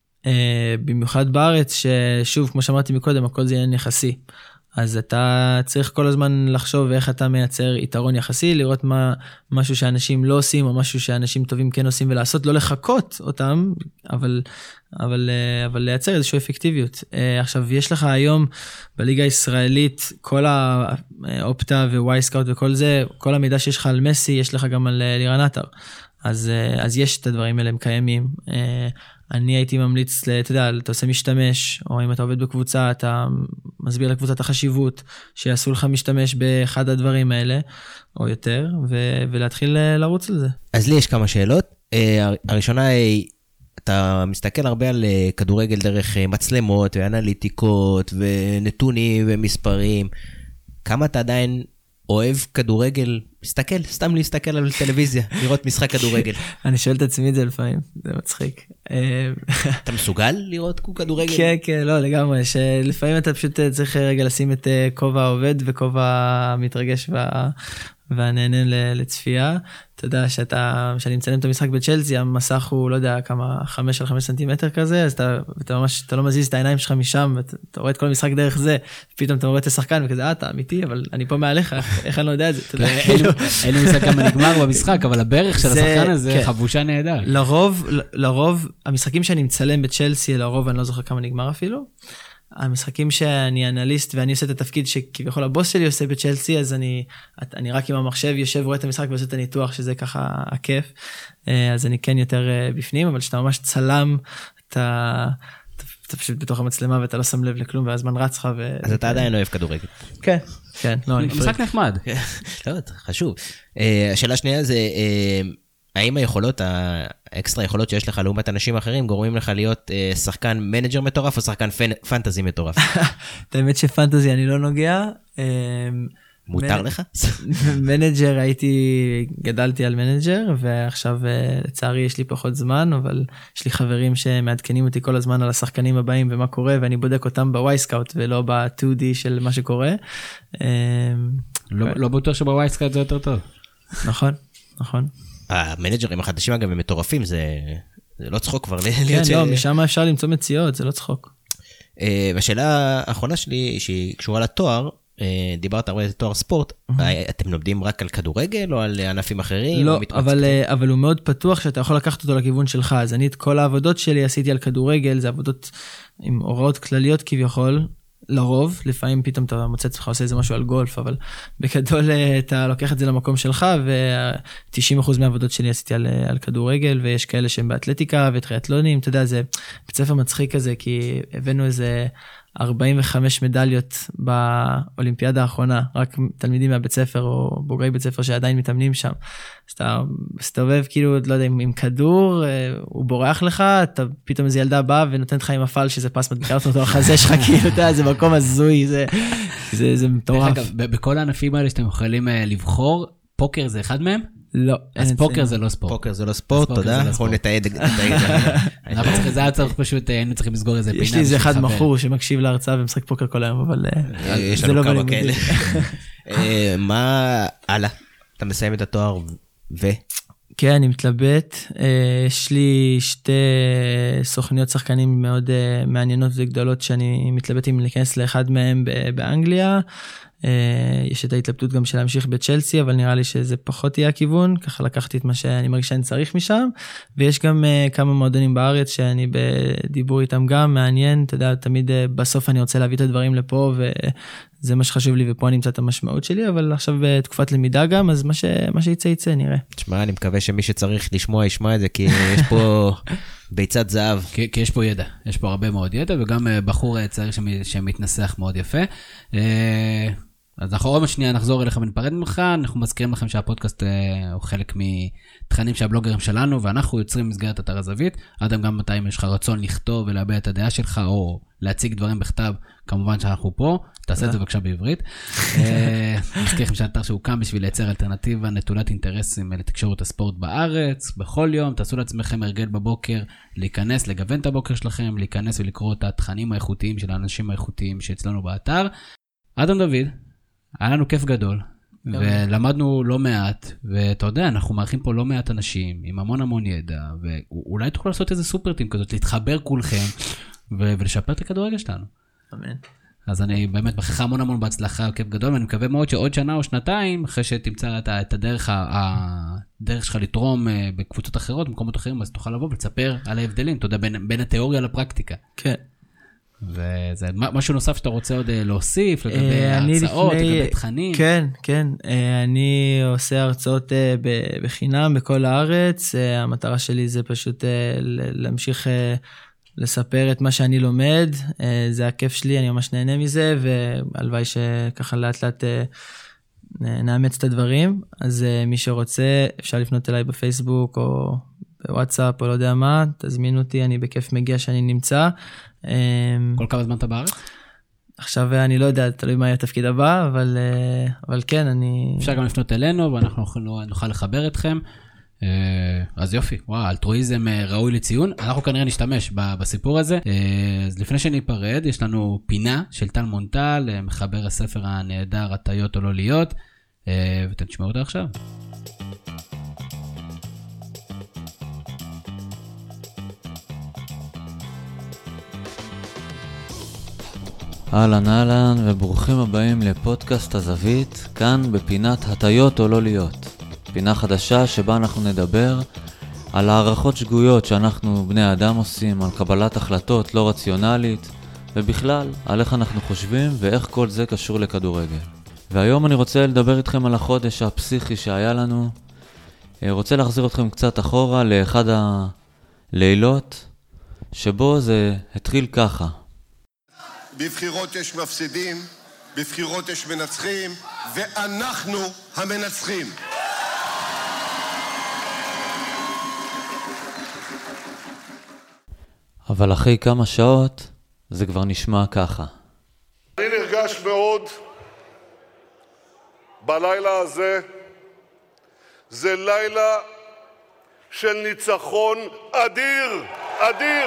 במיוחד בארץ, ששוב, כמו שאמרתי מקודם, הכל זה עניין יחסי. אז אתה צריך כל הזמן לחשוב איך אתה מייצר יתרון יחסי, לראות משהו שאנשים לא עושים, או משהו שאנשים טובים כן עושים, ולעשות, לא לחכות אותם, אבל לייצר איזושהי אפקטיביות. עכשיו, יש לך היום בליגה הישראלית, כל האופטה ווואי סקאוט וכל זה, כל המידע שיש לך על מסי, יש לך גם על לירן עטר. אז יש את הדברים האלה, הם קיימים. אני הייתי ממליץ, אתה יודע, אתה עושה משתמש, או אם אתה עובד בקבוצה, אתה מסביר לקבוצת החשיבות, שיעשו לך משתמש באחד הדברים האלה, או יותר, ולהתחיל לרוץ על זה. אז לי יש כמה שאלות. הראשונה היא, אתה מסתכל הרבה על כדורגל דרך מצלמות, ואנליטיקות, ונתונים, ומספרים. כמה אתה עדיין אוהב כדורגל? סתם להסתכל על טלוויזיה, לראות משחק כדורגל. אני שואל את עצמי את זה לפעמים, זה מצחיק. אתה מסוגל לראות כדורגל? כן, כן, לא, לגמרי, שלפעמים אתה פשוט צריך רגע לשים את כובע העובד וכובע המתרגש והנהנה לצפייה. אתה יודע שאני מצלם את המשחק בצ'לסי, המסך הוא, לא יודע, כמה 5 על 5 סנטימטר כזה, אז אתה ממש, אתה לא מזיז את העיניים שלך משם, ואתה רואה את כל המשחק דרך זה, פתאום אתה רואה את השחקן, וכזה, אתה אמיתי, אבל אני פה מעליך, איך אני לא יודע את זה? אין לי משחק כמה נגמר במשחק, אבל הברך של השחקן הזה חבושה נהדר. לרוב, המשחקים שאני מצלם בצ'לסי, לרוב אני לא זוכר כמה נגמר אפילו, המשחקים שאני אנליסט ואני עושה את התפקיד שכביכול הבוס שלי עושה בצ'לסי, אז אני רק עם המחשב יושב, רואה את המשחק ועושה את הניתוח, שזה ככה הכיף. אז אני כן יותר בפנים, אבל שאתה ממש צלם, אתה פשוט בתוך המצלמה ואתה לא שם לב לכלום, והזמן רץ לך. אז אתה עדיין אוהב כדורגל. כן, כן. משחק נחמד. לא, חשוב. השאלה השנייה זה, האם היכולות, האקסטרה יכולות שיש לך לעומת אנשים אחרים, גורמים לך להיות שחקן מנג'ר מטורף או שחקן פנטזי מטורף? את האמת שפנטזי אני לא נוגע. מותר לך? מנג'ר גדלתי על מנג'ר, ועכשיו לצערי יש לי פחות זמן, אבל יש לי חברים שמעדכנים אותי כל הזמן על השחקנים הבאים ומה קורה, ואני בודק אותם בוואי סקאוט ולא ב-2D של מה שקורה. לא בטוח שבוואי סקאוט זה יותר טוב. נכון, נכון. המנג'רים החדשים אגב הם מטורפים, זה לא צחוק כבר. כן, לא, משם אפשר למצוא מציאות, זה לא צחוק. והשאלה האחרונה שלי, שהיא קשורה לתואר, דיברת הרבה על תואר ספורט, אתם לומדים רק על כדורגל או על ענפים אחרים? לא, אבל הוא מאוד פתוח שאתה יכול לקחת אותו לכיוון שלך, אז אני את כל העבודות שלי עשיתי על כדורגל, זה עבודות עם הוראות כלליות כביכול, לרוב, לפעמים פתאום אתה מוצא את עצמך עושה איזה משהו על גולף, אבל בגדול אתה לוקח את זה למקום שלך, ו-90% מהעבודות שלי עשיתי על כדורגל, ויש כאלה שהם באתלטיקה וטריאטלונים, אתה יודע, זה בית ספר מצחיק כזה, כי הבאנו איזה 45 מדליות באולימפיאדה האחרונה, רק תלמידים מהבית ספר או בוגרי בית ספר שעדיין מתאמנים שם. אז אתה מסתובב כאילו, לא יודע, עם כדור, הוא בורח לך, אתה פתאום איזו ילדה באה ונותנת לך עם הפעל שזה פס מדביקה אותו החזה שלך, כאילו, אתה יודע, זה מקום הזוי, זה מטורף. בכל הענפים האלה שאתם יכולים לבחור, פוקר זה אחד מהם? לא. אז פוקר זה לא ספורט. פוקר זה לא ספורט, תודה. אנחנו נתעד. זה היה צריך פשוט, היינו צריכים לסגור איזה פינה. יש לי איזה אחד מכור שמקשיב להרצאה ומשחק פוקר כל היום, אבל יש לנו כמה כאלה. מה הלאה? אתה מסיים את התואר ו? כן, אני מתלבט. יש לי שתי סוכניות שחקנים מאוד מעניינות וגדולות שאני מתלבט אם להיכנס לאחד מהם באנגליה. יש את ההתלבטות גם של להמשיך בצ'לסי, אבל נראה לי שזה פחות יהיה הכיוון, ככה לקחתי את מה שאני מרגיש שאני צריך משם, ויש גם כמה מועדונים בארץ שאני בדיבור איתם גם, מעניין, אתה יודע, תמיד בסוף אני רוצה להביא את הדברים לפה, וזה מה שחשוב לי, ופה אני אמצא את המשמעות שלי, אבל עכשיו בתקופת למידה גם, אז מה שיצא יצא, נראה. תשמע, אני מקווה שמי שצריך לשמוע, ישמע את זה, כי יש פה ביצת זהב. כי יש פה ידע, יש פה הרבה מאוד ידע, וגם בחור צעיר שמתנסח מאוד יפה. אז אנחנו עוד שנייה נחזור אליך ונפרד ממך, אנחנו מזכירים לכם שהפודקאסט הוא חלק מתכנים שהבלוגרים שלנו, ואנחנו יוצרים מסגרת אתר הזווית, אדם גם מתי אם יש לך רצון לכתוב ולהביע את הדעה שלך, או להציג דברים בכתב, כמובן שאנחנו פה, תעשה את זה בבקשה בעברית. מזכיר לכם שהאתר שהוקם בשביל לייצר אלטרנטיבה נטולת אינטרסים לתקשורת הספורט בארץ, בכל יום, תעשו לעצמכם הרגל בבוקר, להיכנס, לגוון את הבוקר שלכם, להיכנס ולקרוא את התכנים האיכותיים של האנשים האיכותיים שאצלנו באתר. אדם דוד, היה לנו כיף גדול, ולמדנו לא מעט, ואתה יודע, אנחנו מארחים פה לא מעט אנשים, עם המון ידע, ואולי תוכלו לעשות איזה סופר-טים כזאת, להתחבר כולכם, ולשפר את הכדורגל שלנו. אמן. אז אני באמת מכריח המון בהצלחה, כיף גדול, ואני מקווה מאוד שעוד שנה או שנתיים, אחרי שתמצא את הדרך שלך לתרום בקבוצות אחרות, במקומות אחרים, אז תוכל לבוא ולספר על ההבדלים, אתה יודע, בין התיאוריה לפרקטיקה. כן. וזה משהו נוסף שאתה רוצה עוד להוסיף, לגבי ההרצאות, לגבי תכנים. כן. אני עושה הרצאות בחינם בכל הארץ. המטרה שלי זה פשוט להמשיך לספר את מה שאני לומד. זה הכיף שלי, אני ממש נהנה מזה, והלוואי שככה לאט לאט נאמץ את הדברים. אז מי שרוצה, אפשר לפנות אליי בפייסבוק או בוואטסאפ או לא יודע מה, תזמין אותי, אני בכיף מגיע שאני נמצא. כל כמה זמן אתה בארץ? עכשיו אני לא יודע, תלוי מה יהיה התפקיד הבא, אבל כן, אני... אפשר גם לפנות אלינו, ואנחנו נוכל לחבר אתכם. אז יופי, וואו, אלטרואיזם ראוי לציון. אנחנו כנראה נשתמש בסיפור הזה. אז לפני שניפרד, יש לנו פינה של טל מונטל, מחבר הספר הנהדר, הטיות או לא להיות, ואתם תשמעו אותה עכשיו. אהלן וברוכים הבאים לפודקאסט הזווית, כאן בפינת הטיות או לא להיות. פינה חדשה שבה אנחנו נדבר על הערכות שגויות שאנחנו בני האדם עושים, על קבלת החלטות לא רציונלית, ובכלל על איך אנחנו חושבים ואיך כל זה קשור לכדורגל. והיום אני רוצה לדבר איתכם על החודש הפסיכי שהיה לנו. רוצה להחזיר אתכם קצת אחורה לאחד הלילות, שבו זה התחיל ככה. בבחירות יש מפסידים, בבחירות יש מנצחים, ואנחנו המנצחים. אבל אחרי כמה שעות זה כבר נשמע ככה. אני נרגש מאוד בלילה הזה. זה לילה של ניצחון אדיר, אדיר.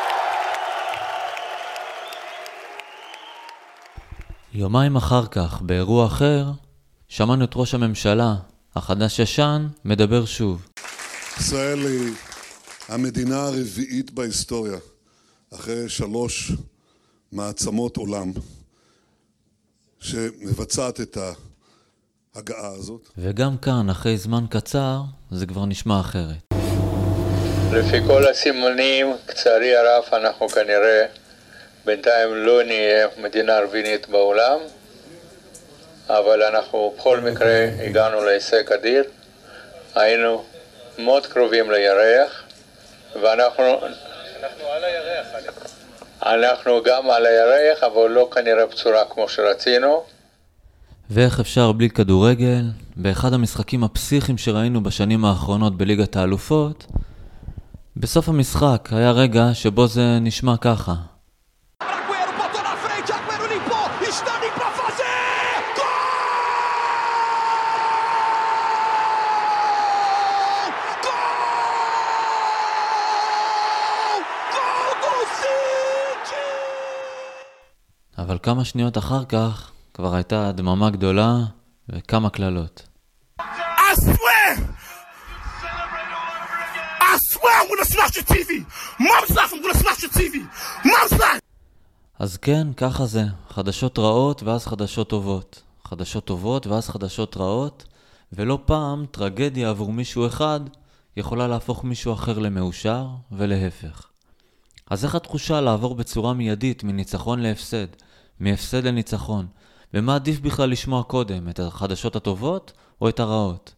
יומיים אחר כך, באירוע אחר, שמענו את ראש הממשלה, החדש ישן, מדבר שוב. ישראל היא המדינה הרביעית בהיסטוריה, אחרי 3 מעצמות עולם, שמבצעת את ההגעה הזאת. וגם כאן, אחרי זמן קצר, זה כבר נשמע אחרת. לפי כל הסימנים, קצרי הרב, אנחנו כנראה בינתיים לא נהיה מדינה רביעית בעולם, אבל אנחנו בכל מקרה הגענו להישג אדיר. היינו מאוד קרובים לירח, ואנחנו על הירח. אנחנו גם על הירח, אבל לא כנראה בצורה כמו שרצינו. ואיך אפשר בלי כדורגל? באחד המשחקים הפסיכיים שראינו בשנים האחרונות בליגת האלופות, בסוף המשחק היה רגע שבו זה נשמע ככה. אבל כמה שניות אחר כך כבר הייתה דממה גדולה וכמה קללות. I swear I'm gonna smash your TV. Mom's life, I'm gonna smash your TV. Mom's life. אז כן, ככה זה. חדשות רעות ואז חדשות טובות. חדשות טובות ואז חדשות רעות, ולא פעם טרגדיה עבור מישהו אחד יכולה להפוך מישהו אחר למאושר ולהפך. אז איך התחושה לעבור בצורה מיידית מניצחון להפסד, מהפסד לניצחון? ומה עדיף בכלל לשמוע קודם, את החדשות הטובות או את הרעות?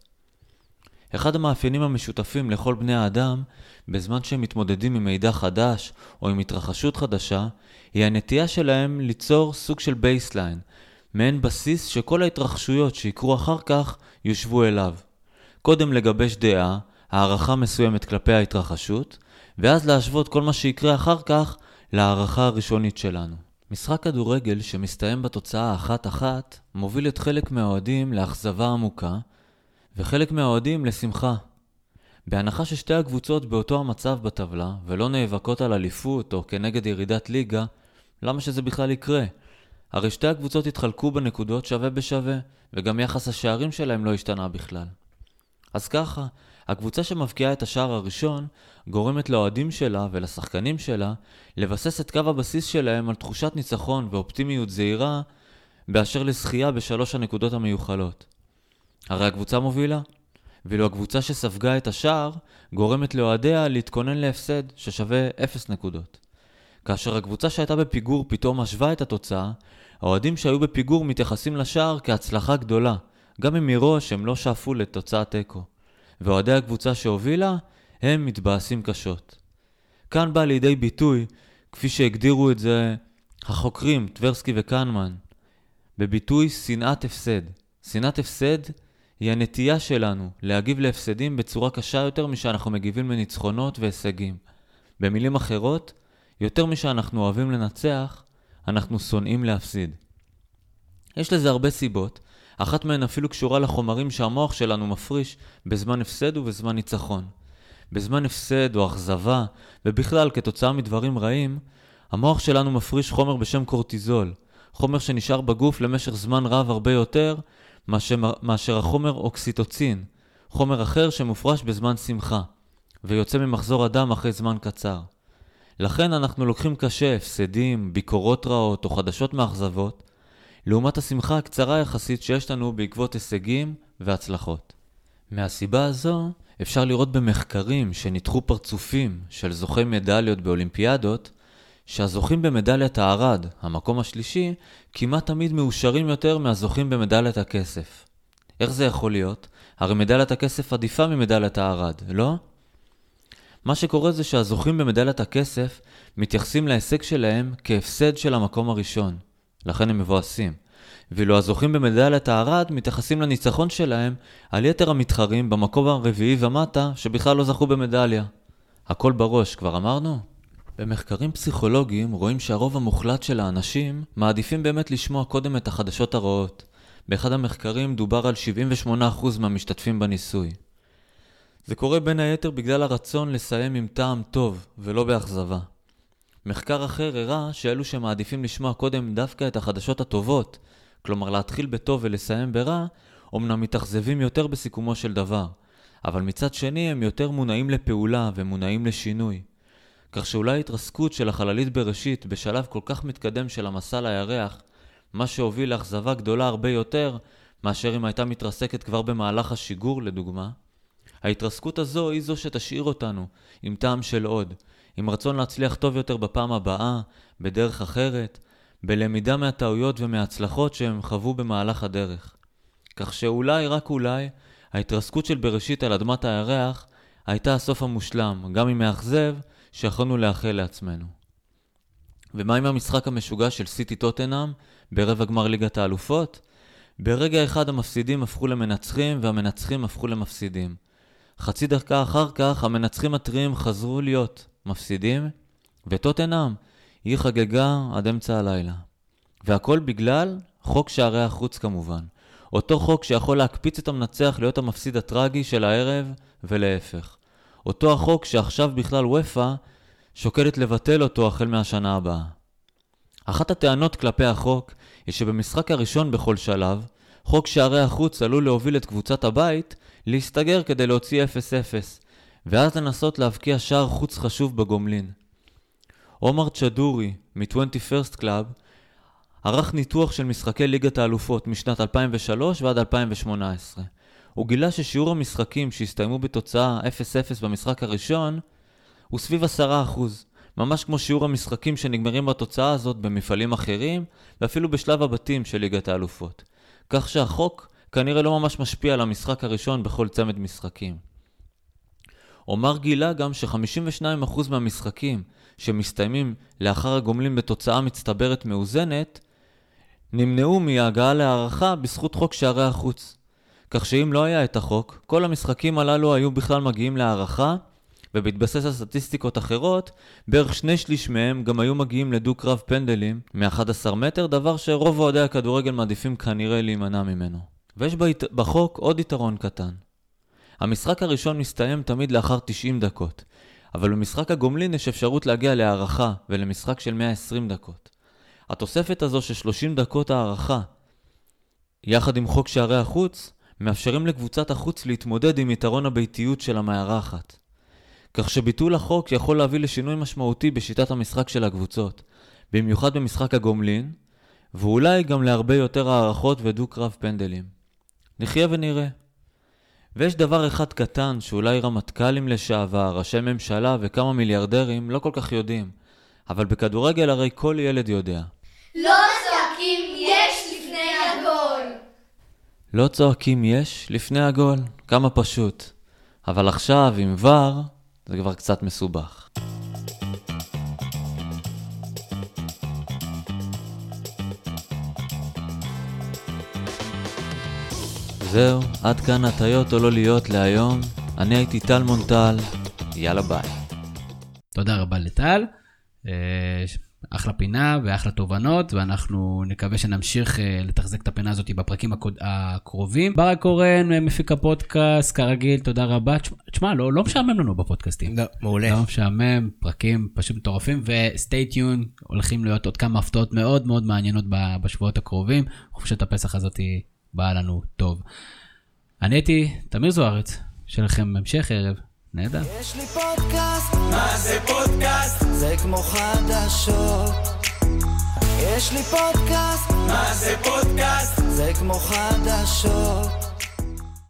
אחד המאפיינים המשותפים לכל בני האדם, בזמן שהם מתמודדים עם מידע חדש או עם התרחשות חדשה, היא הנטייה שלהם ליצור סוג של בייסליין, מעין בסיס שכל ההתרחשויות שיקרו אחר כך יושבו אליו. קודם לגבש דעה, הערכה מסוימת כלפי ההתרחשות, ואז להשוות כל מה שיקרה אחר כך להערכה הראשונית שלנו. משחק כדורגל שמסתיים בתוצאה 1-1 מוביל את חלק מהאוהדים לאכזבה עמוקה, וחלק מהאוהדים לשמחה. בהנחה ששתי הקבוצות באותו המצב בטבלה ולא נאבקות על אליפות או כנגד ירידת ליגה, למה שזה בכלל יקרה? הרי שתי הקבוצות התחלקו בנקודות שווה בשווה, וגם יחס השערים שלהם לא השתנה בכלל. אז ככה, הקבוצה שמבקיעה את השער הראשון גורמת לאוהדים שלה ולשחקנים שלה לבסס את קו הבסיס שלהם על תחושת ניצחון ואופטימיות זהירה באשר לזכייה ב3 הנקודות המיוחלות. הרי הקבוצה מובילה, ואילו הקבוצה שספגה את השער גורמת לאוהדיה להתכונן להפסד ששווה 0 נקודות. כאשר הקבוצה שהייתה בפיגור פתאום משווה את התוצאה, האוהדים שהיו בפיגור מתייחסים לשער כהצלחה גדולה, גם אם מראש הם לא שאפו לתוצאת תיקו. ואוהדי הקבוצה שהובילה, הם מתבאסים קשות. כאן בא לידי ביטוי, כפי שהגדירו את זה החוקרים, טברסקי וקנמן, בביטוי שנאת הפסד. שנאת הפסד היא הנטייה שלנו להגיב להפסדים בצורה קשה יותר משאנחנו מגיבים לניצחונות והישגים. במילים אחרות, יותר משאנחנו אוהבים לנצח, אנחנו שונאים להפסיד. יש לזה הרבה סיבות, אחת מהן אפילו קשורה לחומרים שהמוח שלנו מפריש בזמן הפסד ובזמן ניצחון. בזמן הפסד או אכזבה, ובכלל כתוצאה מדברים רעים, המוח שלנו מפריש חומר בשם קורטיזול, חומר שנשאר בגוף למשך זמן רב הרבה יותר מאשר החומר אוקסיטוצין, חומר אחר שמופרש בזמן שמחה, ויוצא ממחזור הדם אחרי זמן קצר. לכן אנחנו לוקחים קשה הפסדים, ביקורות רעות או חדשות מאכזבות, לעומת השמחה הקצרה יחסית שיש לנו בעקבות הישגים והצלחות. מהסיבה הזו אפשר לראות במחקרים שניתחו פרצופים של זוכי מדליות באולימפיאדות, שהזוכים במדליית הארד, המקום השלישי, כמעט תמיד מאושרים יותר מהזוכים במדליית הכסף. איך זה יכול להיות? הרי מדליית הכסף עדיפה ממדליית הארד, לא? מה שקורה זה שהזוכים במדליית הכסף מתייחסים להישג שלהם כהפסד של המקום הראשון. לכן הם מבואסים. ואילו הזוכים במדליית הארד מתייחסים לניצחון שלהם על יתר המתחרים במקום הרביעי ומטה שבכלל לא זכו במדליה. הכל בראש, כבר אמרנו? במחקרים פסיכולוגיים רואים שהרוב המוחלט של האנשים מעדיפים באמת לשמוע קודם את החדשות הרעות. באחד המחקרים דובר על 78% מהמשתתפים בניסוי. זה קורה בין היתר בגלל הרצון לסיים עם טעם טוב ולא באכזבה. מחקר אחר הראה שאלו שמעדיפים לשמוע קודם דווקא את החדשות הטובות, כלומר להתחיל בטוב ולסיים ברע, אומנם מתאכזבים יותר בסיכומו של דבר, אבל מצד שני הם יותר מונעים לפעולה ומונעים לשינוי. כך שאולי התרסקות של החללית בראשית בשלב כל כך מתקדם של המסע לירח, מה שהוביל לאכזבה גדולה הרבה יותר מאשר אם הייתה מתרסקת כבר במהלך השיגור לדוגמה. ההתרסקות הזו היא זו שתשאיר אותנו עם טעם של עוד, עם רצון להצליח טוב יותר בפעם הבאה, בדרך אחרת, בלמידה מהטעויות ומההצלחות שהם חוו במהלך הדרך. כך שאולי, רק אולי, ההתרסקות של בראשית על אדמת הירח הייתה הסוף המושלם, גם אם מאכזב, שיכולנו לאחל לעצמנו. ומה עם המשחק המשוגע של סיטי טוטנהאם ברבע גמר ליגת האלופות? ברגע אחד המפסידים הפכו למנצחים והמנצחים הפכו למפסידים. חצי דקה אחר כך המנצחים הטריים חזרו להיות מפסידים, וטוטנהאם היא חגגה עד אמצע הלילה. והכל בגלל חוק שערי החוץ כמובן. אותו חוק שיכול להקפיץ את המנצח להיות המפסיד הטרגי של הערב ולהפך. אותו החוק שעכשיו בכלל וויפה שוקלת לבטל אותו החל מהשנה הבאה. אחת הטענות כלפי החוק היא שבמשחק הראשון בכל שלב, חוק שערי החוץ עלול להוביל את קבוצת הבית להסתגר כדי להוציא 0-0, ואז לנסות להבקיע שער חוץ חשוב בגומלין. עומר צ'דורי מ-21st Club ערך ניתוח של משחקי ליגת האלופות משנת 2003 ועד 2018. הוא גילה ששיעור המשחקים שהסתיימו בתוצאה 0-0 במשחק הראשון הוא סביב 10%, ממש כמו שיעור המשחקים שנגמרים בתוצאה הזאת במפעלים אחרים ואפילו בשלב הבתים של ליגת האלופות. כך שהחוק כנראה לא ממש משפיע על המשחק הראשון בכל צמד משחקים. עומר גילה גם ש52% מהמשחקים שמסתיימים לאחר הגומלין בתוצאה מצטברת מאוזנת נמנעו מההגעה להערכה בזכות חוק שערי החוץ. כך שאם לא היה את החוק, כל המשחקים הללו היו בכלל מגיעים להערכה, ובהתבסס על סטטיסטיקות אחרות, בערך 2/3 מהם גם היו מגיעים לדו קרב פנדלים מ-11 מטר, דבר שרוב אוהדי הכדורגל מעדיפים כנראה להימנע ממנו. ויש בחוק עוד יתרון קטן. המשחק הראשון מסתיים תמיד לאחר 90 דקות, אבל במשחק הגומלין יש אפשרות להגיע להערכה ולמשחק של 120 דקות. התוספת הזו של 30 דקות הערכה, יחד עם חוק שערי החוץ, מאפשרים לקבוצת החוץ להתמודד עם יתרון הביתיות של המארחת. כך שביטול החוק יכול להביא לשינוי משמעותי בשיטת המשחק של הקבוצות, במיוחד במשחק הגומלין, ואולי גם להרבה יותר הערכות ודו קרב פנדלים. נחיה ונראה. ויש דבר אחד קטן שאולי רמטכ"לים לשעבר, ראשי ממשלה וכמה מיליארדרים לא כל כך יודעים, אבל בכדורגל הרי כל ילד יודע. לא צועקים יש לפני הגול. לא צועקים יש לפני הגול, כמה פשוט. אבל עכשיו עם ור זה כבר קצת מסובך. זהו, עד כאן הטיות או לא להיות להיום. אני הייתי טל מונטל, יאללה ביי. תודה רבה לטל, אחלה פינה ואחלה תובנות, ואנחנו נקווה שנמשיך לתחזק את הפינה הזאת בפרקים הקרובים. ברק קורן, מפיק הפודקאסט, כרגיל, תודה רבה. תשמע, לא משעמם לנו בפודקאסטים. לא, מעולה. לא משעמם, פרקים פשוט מטורפים, ו-stay tuned, הולכים להיות עוד כמה הפתעות מאוד מאוד מעניינות בשבועות הקרובים. חופשת הפסח הזאת באה לנו טוב. אני הייתי תמיר זוארץ, שלכם המשך ערב נהדר. יש לי פודקאסט, מה זה פודקאסט? זה כמו חדשות. יש לי פודקאסט, מה זה פודקאסט? זה כמו חדשות.